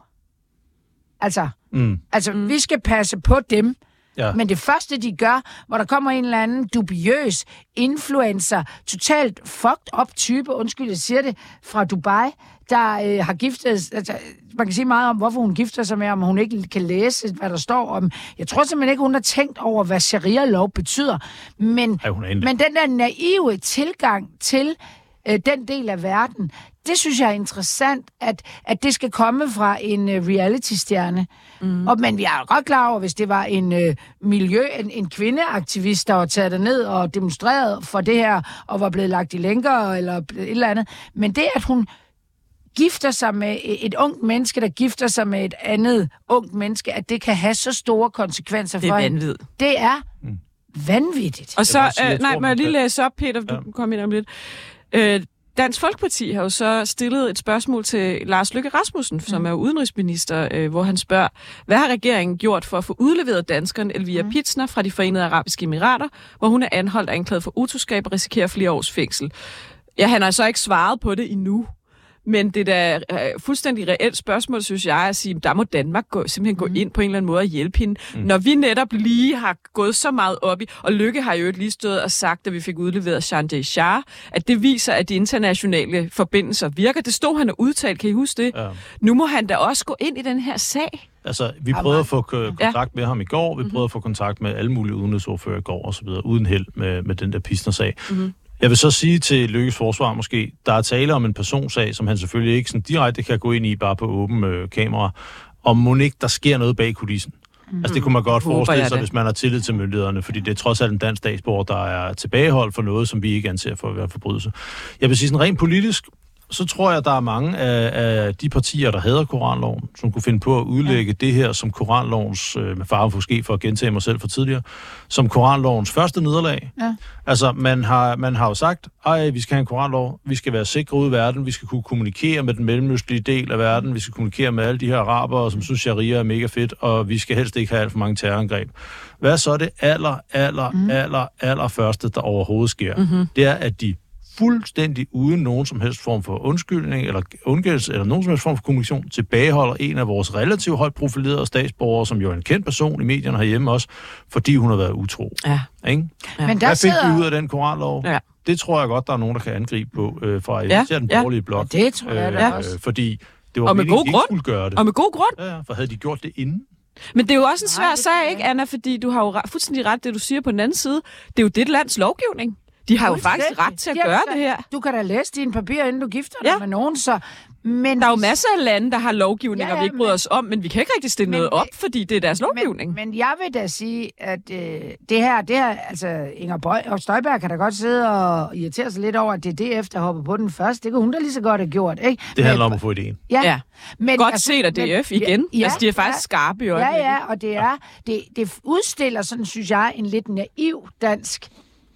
Altså, vi skal passe på dem. Ja. Men det første, de gør, hvor der kommer en eller anden dubiøs influencer, totalt fucked up type, undskyld, jeg siger det, fra Dubai, der har giftet... Altså, man kan sige meget om, hvorfor hun gifter sig med, om hun ikke kan læse, hvad der står om. Jeg tror simpelthen ikke, hun har tænkt over, hvad sharia-lov betyder. Men den der naive tilgang til den del af verden, det synes jeg er interessant, at det skal komme fra en reality-stjerne. Men vi er godt klar over, hvis det var en kvindeaktivist, der var taget derned og demonstreret for det her, og var blevet lagt i lænker eller et eller andet. Men det, at hun gifter sig med et ungt menneske, der gifter sig med et andet ungt menneske, at det kan have så store konsekvenser for hende. Det er vanvittigt.
Og så, må jeg lige læse op, Peter, du kan komme ind om lidt. Dansk Folkeparti har jo så stillet et spørgsmål til Lars Løkke Rasmussen, som er udenrigsminister, hvor han spørger, hvad har regeringen gjort for at få udleveret danskeren Elvira Pizner fra de Forenede Arabiske Emirater, hvor hun er anholdt og anklaget for utroskab og risikerer flere års fængsel. Ja, han har så ikke svaret på det endnu. Men det er da fuldstændig reelt spørgsmål, synes jeg, at sige, der må Danmark simpelthen gå ind på en eller anden måde og hjælpe hende. Når vi netop lige har gået så meget op i, og Løkke har jo lige stået og sagt, da vi fik udleveret Sanjay Shah, at det viser, at de internationale forbindelser virker. Det stod han og udtalt, kan I huske det? Ja. Nu må han da også gå ind i den her sag.
Altså, vi prøvede at få kontakt med ham i går, vi prøvede at få kontakt med alle mulige udenrigsordfører i går og så videre, uden held med den der Pizner-sag. Jeg vil så sige til Løkkes forsvar måske, der er tale om en personsag, som han selvfølgelig ikke sådan direkte kan gå ind i bare på åben kamera, og må ikke der sker noget bag kulissen. Altså det kunne man godt forestille sig, hvis man har tillid til myndighederne, fordi det er trods alt en dansk statsborger, der er tilbageholdt for noget, som vi ikke anser for at være forbrydelse. Jeg vil sige sådan rent politisk, så tror jeg, der er mange af de partier, der hader koranloven, som kunne finde på at udlægge det her som koranlovens, med fare måske for at gentage mig selv for tidligere, som koranlovens første nederlag. Ja. Altså, man har jo sagt, vi skal have en koranlov, vi skal være sikre ude i verden, vi skal kunne kommunikere med den mellemøstlige del af verden, vi skal kommunikere med alle de her arabere, som synes, sharia er mega fedt, og vi skal helst ikke have alt for mange terrorangreb. Hvad er så det aller første, der overhovedet sker? Det er, at de fuldstændig uden nogen som helst form for undskyldning eller undgældelse eller nogen som helst form for kommunikation tilbageholder en af vores relativt højt profilerede statsborgere, som jo er en kendt person i medierne herhjemme også, fordi hun har været utro. Ja. Ikke? Ja. Men hvad fik vi ud af den koranlov? Ja. Det tror jeg godt, der er nogen, der kan angribe på fra den borgerlige blok.
Ja, det tror jeg da også.
Fordi det var meningen, de ikke skulle gøre det.
Og med god grund.
Ja, for havde de gjort det inden?
Men det er jo også en svær sag, ikke, Anna? Fordi du har jo fuldstændig ret, det du siger på den anden side. Det er jo det lands lovgivning. De har jo faktisk ret til at gøre det her.
Du kan da læse dine papirer, inden du gifter dig med nogen, så... Men
der er jo masser af lande, der har lovgivning, og vi ikke bryder os om, men vi kan ikke rigtig stille noget op, fordi det er deres lovgivning.
Men jeg vil da sige, at det her, altså Inger Støjberg kan da godt sidde og irritere sig lidt over, at det er DF, der hopper på den først. Det kunne hun da lige så godt have gjort, ikke?
Det handler om at få ideen.
Ja. Men, godt set af DF igen. Ja, altså, de er faktisk skarpe i øjeblikket.
Ja, og det udstiller sådan, synes jeg, en lidt naiv dansk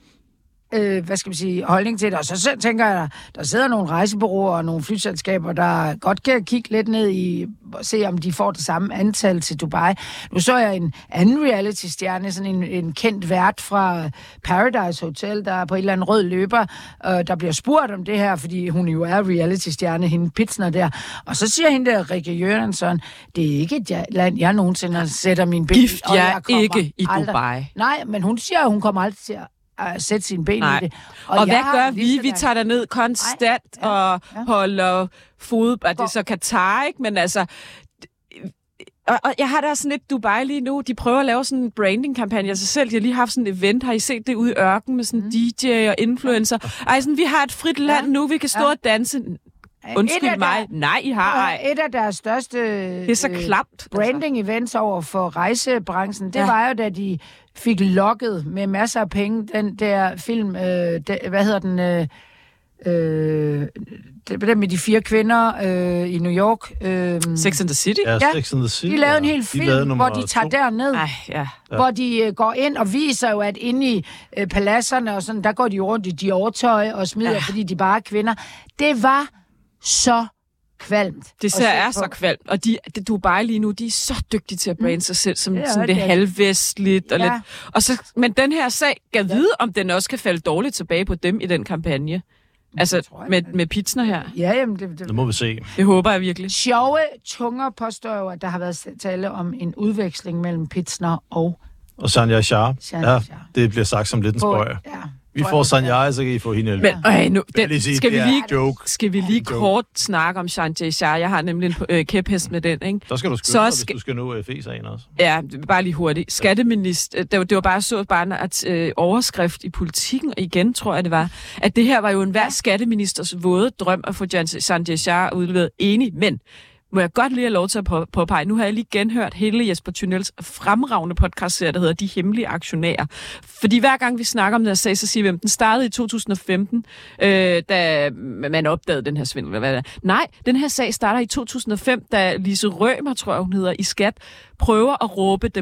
holdning til det. Og så tænker jeg, der sidder nogle rejsebureauer og nogle flyselskaber, der godt kan kigge lidt ned i og se, om de får det samme antal til Dubai. Nu så jeg en anden reality-stjerne, sådan en kendt vært fra Paradise Hotel, der er på en eller anden rød løber, der bliver spurgt om det her, fordi hun jo er reality-stjerne, hende Pizner der. Og så siger hende der, Rikke Jørgensen, det er ikke et land, jeg nogensinde sætter min ben.
Gift jeg ikke i Dubai.
Nej, men hun siger, at hun kommer aldrig til at sætte sine ben i det.
Og hvad gør vi? Vi tager derned konstant og holder fod, at det er så Katar, ikke? Men altså... Og jeg har da sådan lidt Dubai lige nu. De prøver at lave sådan en branding-kampagne af sig selv. De har lige haft sådan et event. Har I set det ude i ørken med sådan DJ og influencer? Sådan, vi har et frit land nu. Vi kan stå og danse... Undskyld mig. Nej, I har ej.
Et af deres største
det er så klamt,
branding-events over for rejsebranchen, det var jo, da de fik lokket med masser af penge den der film, hvad hedder den? Det med de 4 kvinder i New York.
Sex and the City?
Ja, Sex and the City.
De lavede en hel film, hvor de tager derned. Hvor de går ind og viser jo, at inde i paladserne og sådan, der går de rundt i de overtøj og smider, fordi de bare er kvinder. Det var så kvalmt.
Det er så kvalmt. Og du er bare lige nu, de er så dygtige til at brande sig selv som sådan det halvvestligt. Og lidt. Og så, men den her sag, kan vide, om den også kan falde dårligt tilbage på dem i den kampagne. Altså med Pizner her.
Ja, jamen det
må vi se.
Det håber jeg virkelig.
Sjove tunger påstår jo, at der har været tale om en udveksling mellem Pizner og
Sanjay Shah. Ja, det bliver sagt som lidt en spøj. Ja. Vi får Sanjay, så kan I få hende.
Men skal vi lige kort snakke om Sanjay Shah? Jeg har nemlig en kæphest med den, ikke?
Der skal du skynde hvis du skal nå FE-sagen også.
Ja, bare lige hurtigt. Skatteminister, det var bare en overskrift i Politikken, og igen tror jeg det var, at det her var jo enhver skatteministers våde drøm at få Sanjay Shah udleveret enig, men må jeg godt lige have lov til at påpege. Nu har jeg lige genhørt hele Jesper Thunels fremragende podcast-serie, der hedder De Hemmelige Aktionærer. Fordi hver gang vi snakker om den her sag, så siger vi, at den startede i 2015, da man opdagede den her svindel. Hvad det er. Nej, den her sag starter i 2005, da Lise Rømer, tror jeg hun hedder, i Skat, prøver at råbe dem op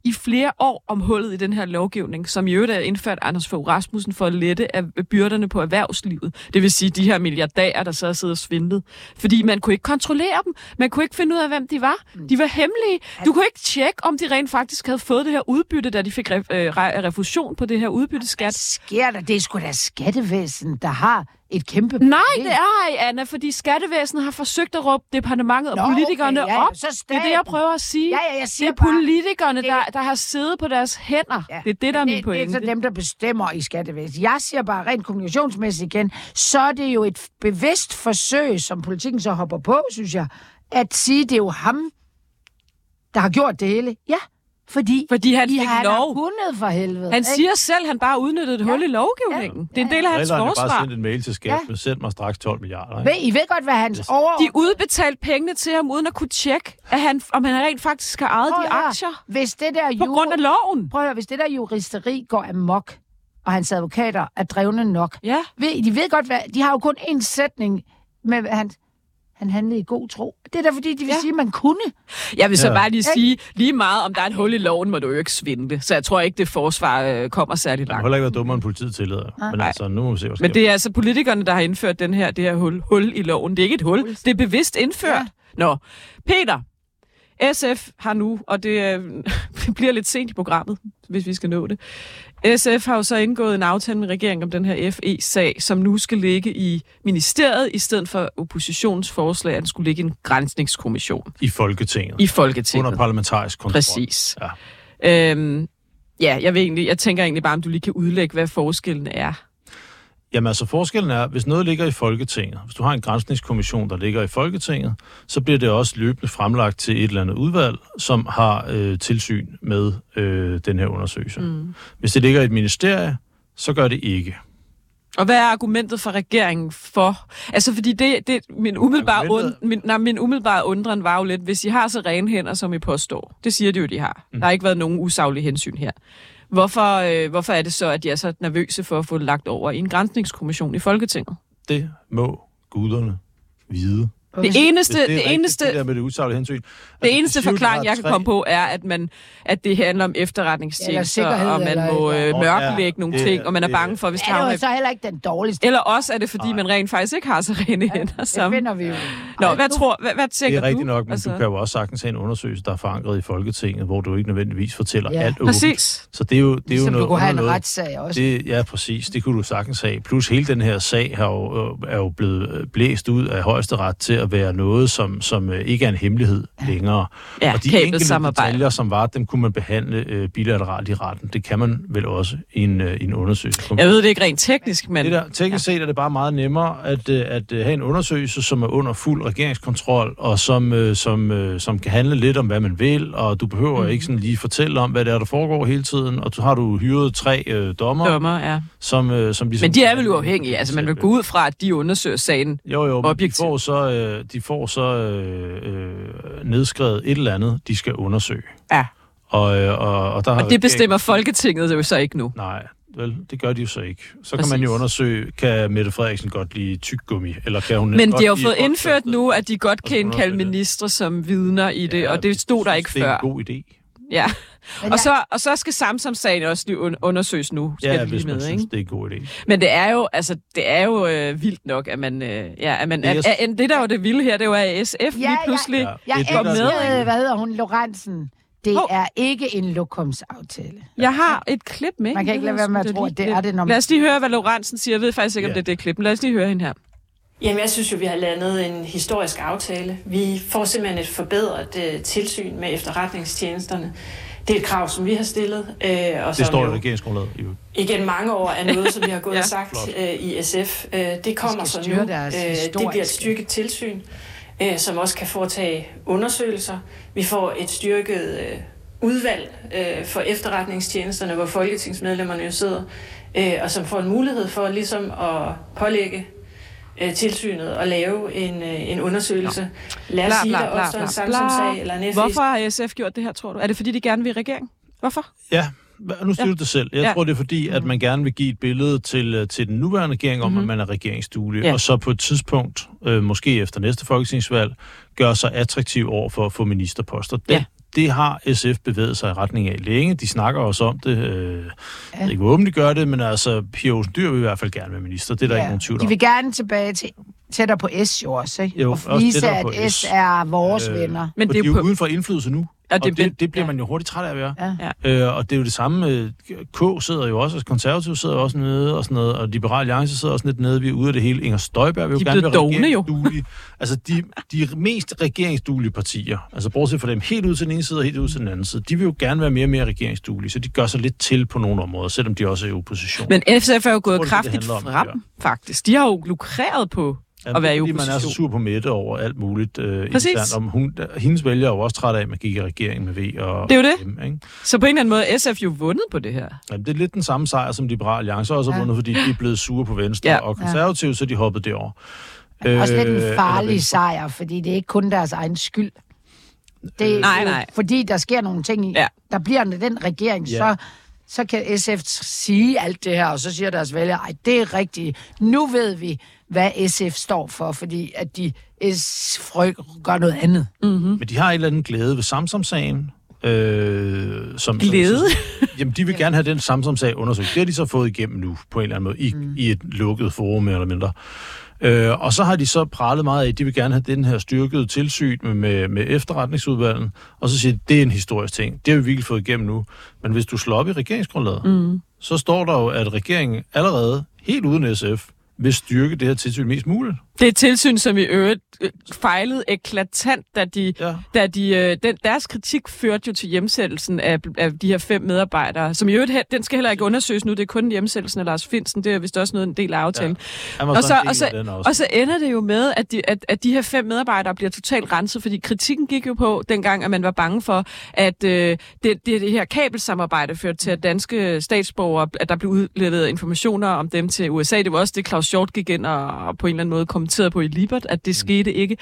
i flere år om hullet i den her lovgivning, som i øvrigt er indført Anders Fogh Rasmussen for at lette af byrderne på erhvervslivet. Det vil sige de her milliardærer, der så sidder og svindlet. Fordi man kunne ikke kontrollere dem. Man kunne ikke finde ud af, hvem de var. De var hemmelige. Du kunne ikke tjekke, om de rent faktisk havde fået det her udbytte, da de fik refusion på det her udbytteskat.
Hvad sker der? Det er sgu da skattevæsen, der har et kæmpe
problem. Nej, det er ej, Anna, fordi skattevæsenet har forsøgt at råbe departementet og politikerne op. Det er det, jeg prøver at sige.
Jeg siger
det er politikerne, der har siddet på deres hænder. Ja. Det er det, der er min pointe.
Det er så dem, der bestemmer i skattevæsenet. Jeg siger bare rent kommunikationsmæssigt igen, så er det jo et bevidst forsøg, som politikken så hopper på, synes jeg, at sige, det er jo ham, der har gjort det hele. Ja. Fordi han fik lov. Kunnet for helvede.
Han siger selv, at han bare udnyttede et hul i lovgivningen. Det er en del af hans forsvar.
Han bare sendt en mail til skat, men send mig straks 12 milliarder. Ikke?
I ved godt, hvad hans
De udbetalte pengene til ham, uden at kunne tjekke, om han rent faktisk har ejet de aktier.
Hvis det der
på grund af loven.
Prøv at høre, hvis det der juristeri går amok, og hans advokater er drevne nok.
Ja.
De ved godt, hvad... De har jo kun én sætning med han handlede i god tro. Det er da fordi, de vil sige, at man kunne.
Jeg vil så bare lige sige, lige meget om der er et hul i loven, må du jo ikke svindle. Så jeg tror ikke, det forsvar kommer særlig langt.
Det må heller ikke være dummere, end politiet tillader. Men altså, nu må vi se, hvad sker.
Men det er altså politikerne, der har indført det her hul i loven. Det er ikke et hul. Det er bevidst indført. Ja. Nå, Peter, SF har nu, og det bliver lidt sent i programmet, hvis vi skal nå det. SF har jo så indgået en aftale med regeringen om den her FE-sag, som nu skal ligge i ministeriet, i stedet for oppositionens forslag, at den skulle ligge i en granskningskommission.
I Folketinget.
I Folketinget.
Under parlamentarisk kontrol.
Præcis. Ja. Jeg tænker egentlig bare, om du lige kan udlægge, hvad forskellen er.
Jamen altså, forskellen er, hvis noget ligger i Folketinget, hvis du har en granskningskommission, der ligger i Folketinget, så bliver det også løbende fremlagt til et eller andet udvalg, som har tilsyn med den her undersøgelse. Hvis det ligger i et ministerie, så gør det ikke.
Og hvad er argumentet fra regeringen for? Altså, fordi min umiddelbare undren var jo lidt, hvis I har så rene hænder, som I påstår. Det siger de jo, de har. Der har ikke været nogen usaglige hensyn her. Hvorfor er det så, at de er så nervøse for at få det lagt over i en granskningskommission i Folketinget?
Det må guderne vide.
Det eneste forklaring, jeg kan komme på, er, at det handler om efterretningstjenester, og man må mørklægge nogle ting, og man er bange for, hvis
det er jo så heller ikke den dårligste.
Eller også er det, fordi man rent faktisk ikke har så rene hænder sammen.
Det finder vi jo.
Nå, hvad tænker du?
Det er rigtigt nok, men du kan jo også sagtens have en undersøgelse, der er forankret i Folketinget, hvor du ikke nødvendigvis fortæller alt åbent.
Præcis.
Så det er jo
noget.
Du
kunne have en retssag også.
Ja, præcis. Det kunne du sagtens have. Plus hele den her sag er jo blevet blæst ud af Højesteret til at være noget, som ikke er en hemmelighed længere.
Ja,
og de enkelte detaljer, som var, dem kunne man behandle bilateralt i retten. Det kan man vel også i en undersøgelse.
Jeg ved det ikke rent teknisk, men...
Teknisk set er det bare meget nemmere at have en undersøgelse, som er under fuld regeringskontrol, og som kan handle lidt om, hvad man vil, og du behøver ikke sådan lige fortælle om, hvad det er, der foregår hele tiden, og så har du hyret 3 dommer,
ja.
Som ligesom...
Men de er vel uafhængige, altså man vil gå ud fra, at de undersøger sagen objektivt.
De får så nedskrevet et eller andet, de skal undersøge.
Ja.
Og
det bestemmer Folketinget jo så ikke nu.
Nej, vel, det gør de jo så ikke. Så kan man jo undersøge, kan Mette Frederiksen godt lide tyggegummi, eller kan hun...
Men de har jo fået indført nu, at de godt kan indkalde ministre som vidner i det, og det stod der ikke før.
Det er en god idé.
Ja, og så skal Samsam-sagen også lige undersøges nu.
Ja, hvis man synes, det er en god idé.
Men det er jo vildt nok, at man... det der var det vilde her, det var at SF lige pludselig
kom med. Hvad hedder hun? Lorentzen. Det er ikke en lokumsaftale.
Jeg har et klip med.
Man kan ikke lade være med at tro, at det er det, når man...
Lad os lige høre, hvad Lorentzen siger. Jeg ved faktisk ikke, om det er det klip. Lad os lige høre hende her.
Jamen, jeg synes jo, vi har landet en historisk aftale. Vi får simpelthen et forbedret tilsyn med efterretningstjenesterne. Det er et krav, som vi har stillet. Og
det står i regeringsgrundlaget.
Igen mange år er noget, som vi har gået og sagt i SF. Det kommer så nu. Det bliver et styrket tilsyn, som også kan foretage undersøgelser. Vi får et styrket udvalg for efterretningstjenesterne, hvor folketingsmedlemmerne jo sidder, og som får en mulighed for ligesom at pålægge tilsynet og lave en undersøgelse. Lad os sige, der opstår en Samsung-sag eller en FE.
Hvorfor har SF gjort det her, tror du? Er det, fordi de gerne vil i regering? Hvorfor?
Ja, nu siger du det selv. Jeg tror, det er fordi, at man gerne vil give et billede til den nuværende regering om, at man er regeringsduelig, og så på et tidspunkt, måske efter næste folketingsvalg, gøre sig attraktiv over for at få ministerposter. det har SF bevæget sig i retning af længe. De snakker også om det. Jeg ved ikke, hvor åbent de gør det, men altså, Pia Olsen Dyhr vil i hvert fald gerne være minister. Det er der ikke nogen tvivl om.
De vil gerne tilbage til tættere på S jo også, ikke?
Jo,
og vise, at S er vores venner.
Men det er jo uden for indflydelse nu. Og det bliver man jo hurtigt træt af at være. Og det er jo det samme. K sidder jo også, Konservative sidder også nede og sådan noget, og Liberal Alliance sidder også lidt nede. Vi er ude af det hele. Inger Støjberg vil jo gerne være regeringsduelige. Altså de mest regeringsduelige partier, altså bortset fra dem helt ud til den ene side og helt ud til den anden side, de vil jo gerne være mere og mere regeringsduelige, så de gør sig lidt til på nogle områder, selvom de også er i opposition.
Men SF er jo gået kraftigt frem, faktisk. De har jo lukreret på at være i opposition.
Man er så sur på Mette over alt muligt internt. Hendes vælgere er jo også træt af, at man gik i regeringen med V og
det er jo det.
M, ikke?
Så på en eller anden måde er SF jo vundet på det her.
Jamen, det er lidt den samme sejr, som Liberal Alliance også har vundet, fordi de er blevet sure på Venstre og Konservative, så de hoppede derover.
Også lidt en farlig sejr, fordi det er ikke kun deres egen skyld. Det er nej. Fordi der sker nogle ting, der bliver den regering, så kan SF sige alt det her, og så siger deres vælgere, det er rigtigt. Nu ved vi, hvad SF står for, fordi at de gør noget andet.
Mm-hmm. Men de har et eller andet glæde ved Samsam-sagen.
Glæde?
Jamen, de vil gerne have den Samsam-sag undersøgt. Det har de så fået igennem nu, på en eller anden måde, i et lukket forum, mere eller mindre. Og så har de så pralet meget af, at de vil gerne have den her styrkede tilsyn med efterretningsudvalget, og så siger de, det er en historisk ting. Det har vi virkelig fået igennem nu. Men hvis du slår op i regeringsgrundlaget, så står der jo, at regeringen allerede, helt uden SF, vil styrke det her tilsyn mest muligt.
Det er et tilsyn, som i øvrigt fejlede eklatant, da deres kritik førte jo til hjemsættelsen af de her 5 medarbejdere, som i øvrigt, den skal heller ikke undersøges nu, det er kun hjemsættelsen af Lars Findsen, det er vist også noget en del af aftalen. Ja. Og så ender det jo med, at de her 5 medarbejdere bliver totalt renset, fordi kritikken gik jo på dengang, at man var bange for, at det her kabelsamarbejde førte til, at danske statsborgere, at der blev udleveret informationer om dem til USA. Det var også det, Claus Hjort gik ind og på en eller anden måde kommenteret på i Libert, at det skete ikke.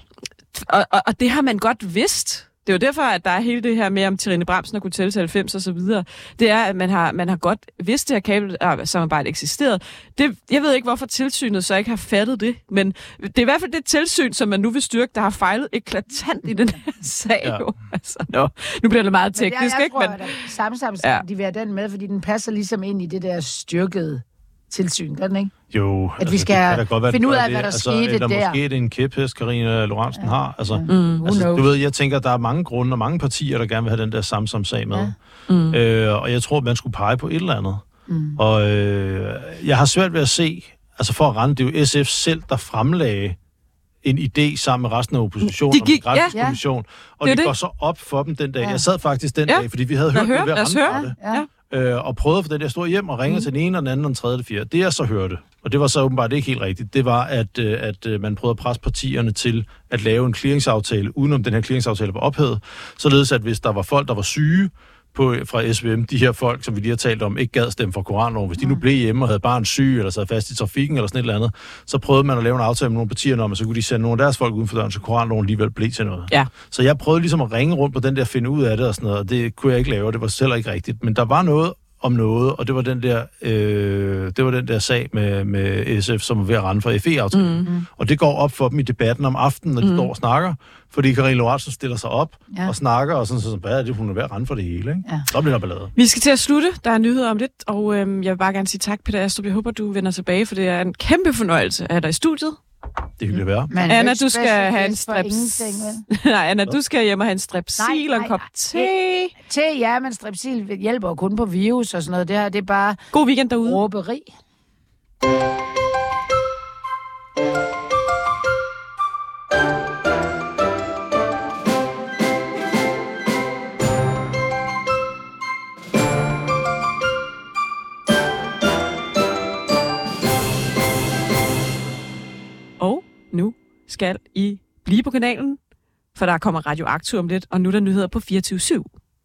Og det har man godt vidst. Det er jo derfor, at der er hele det her med, om Trine Bramsen har kunnet tælle til 90 og så videre. Det er, at man har godt vidst, at det her kabelsamarbejde eksisterede. Jeg ved ikke, hvorfor tilsynet så ikke har fattet det, men det er i hvert fald det tilsyn, som man nu vil styrke, der har fejlet eklatant i den her sag. Ja. Altså, nu bliver det meget teknisk, ikke?
Jeg tror, at de vil have den med, fordi den passer ligesom ind i det der styrkede tilsyn, gør den ikke?
Jo,
at vi skal finde ud af, hvad der skete
eller
der.
Måske er det en kæphest, Karina Lorentzen har. Altså, du ved, jeg tænker, der er mange grunde og mange partier, der gerne vil have den der Samsam-sag med. Og jeg tror, man skulle pege på et eller andet. Og jeg har svært ved at se, altså for at rende, det er jo SF selv, der fremlagde en idé sammen med resten af oppositionen om en grænskommission, og det går så op for dem den dag. Jeg sad faktisk den dag, fordi vi havde hørt det ved at rende for det. Og prøvede at få den der store hjem og ringede til den ene og den anden og den tredje og den fjerde. Det jeg så hørte, og det var så åbenbart ikke helt rigtigt, det var, at man prøvede at presse partierne til at lave en clearingsaftale, udenom den her clearingsaftale var ophævet, således at hvis der var folk, der var syge fra SVM, de her folk, som vi lige har talt om, ikke gad stemme for koranloven, hvis de nu blev hjemme og havde barn syg, eller sad fast i trafikken, eller sådan et eller andet, så prøvede man at lave en aftale med nogle partier om, at så kunne de sende nogle af deres folk uden for døren, så koranloven alligevel blev til noget. Ja. Så jeg prøvede ligesom at ringe rundt på den der, finde ud af det og sådan noget, og det kunne jeg ikke lave, det var selv ikke rigtigt. Men der var noget om noget, og det var den der sag med SF, som var ved at rende fra FE-aftalen. Og det går op for dem i debatten om aftenen, når de står og snakker, fordi Karina Lorentzen stiller sig op og snakker, og sådan, så hvad er det, hun er ved at rende for det hele, ikke? Ja. Så bliver der ballade.
Vi skal til at slutte. Der er nyheder om lidt, og jeg vil bare gerne sige tak, Peter Astrup. Jeg håber, du vender tilbage, for det er en kæmpe fornøjelse at have dig i studiet.
Det er hyggeligt at være.
Anna, du skal have en Anna, du skal hjem og have en strepsil og en kop te.
Te, ja, men strepsil hjælper kun på virus og sådan noget. Det her, det er bare
god weekend derude.
Råberi.
Nu skal I blive på kanalen, for der kommer Radioaktiv om lidt, og nu er der nyheder på 24/7.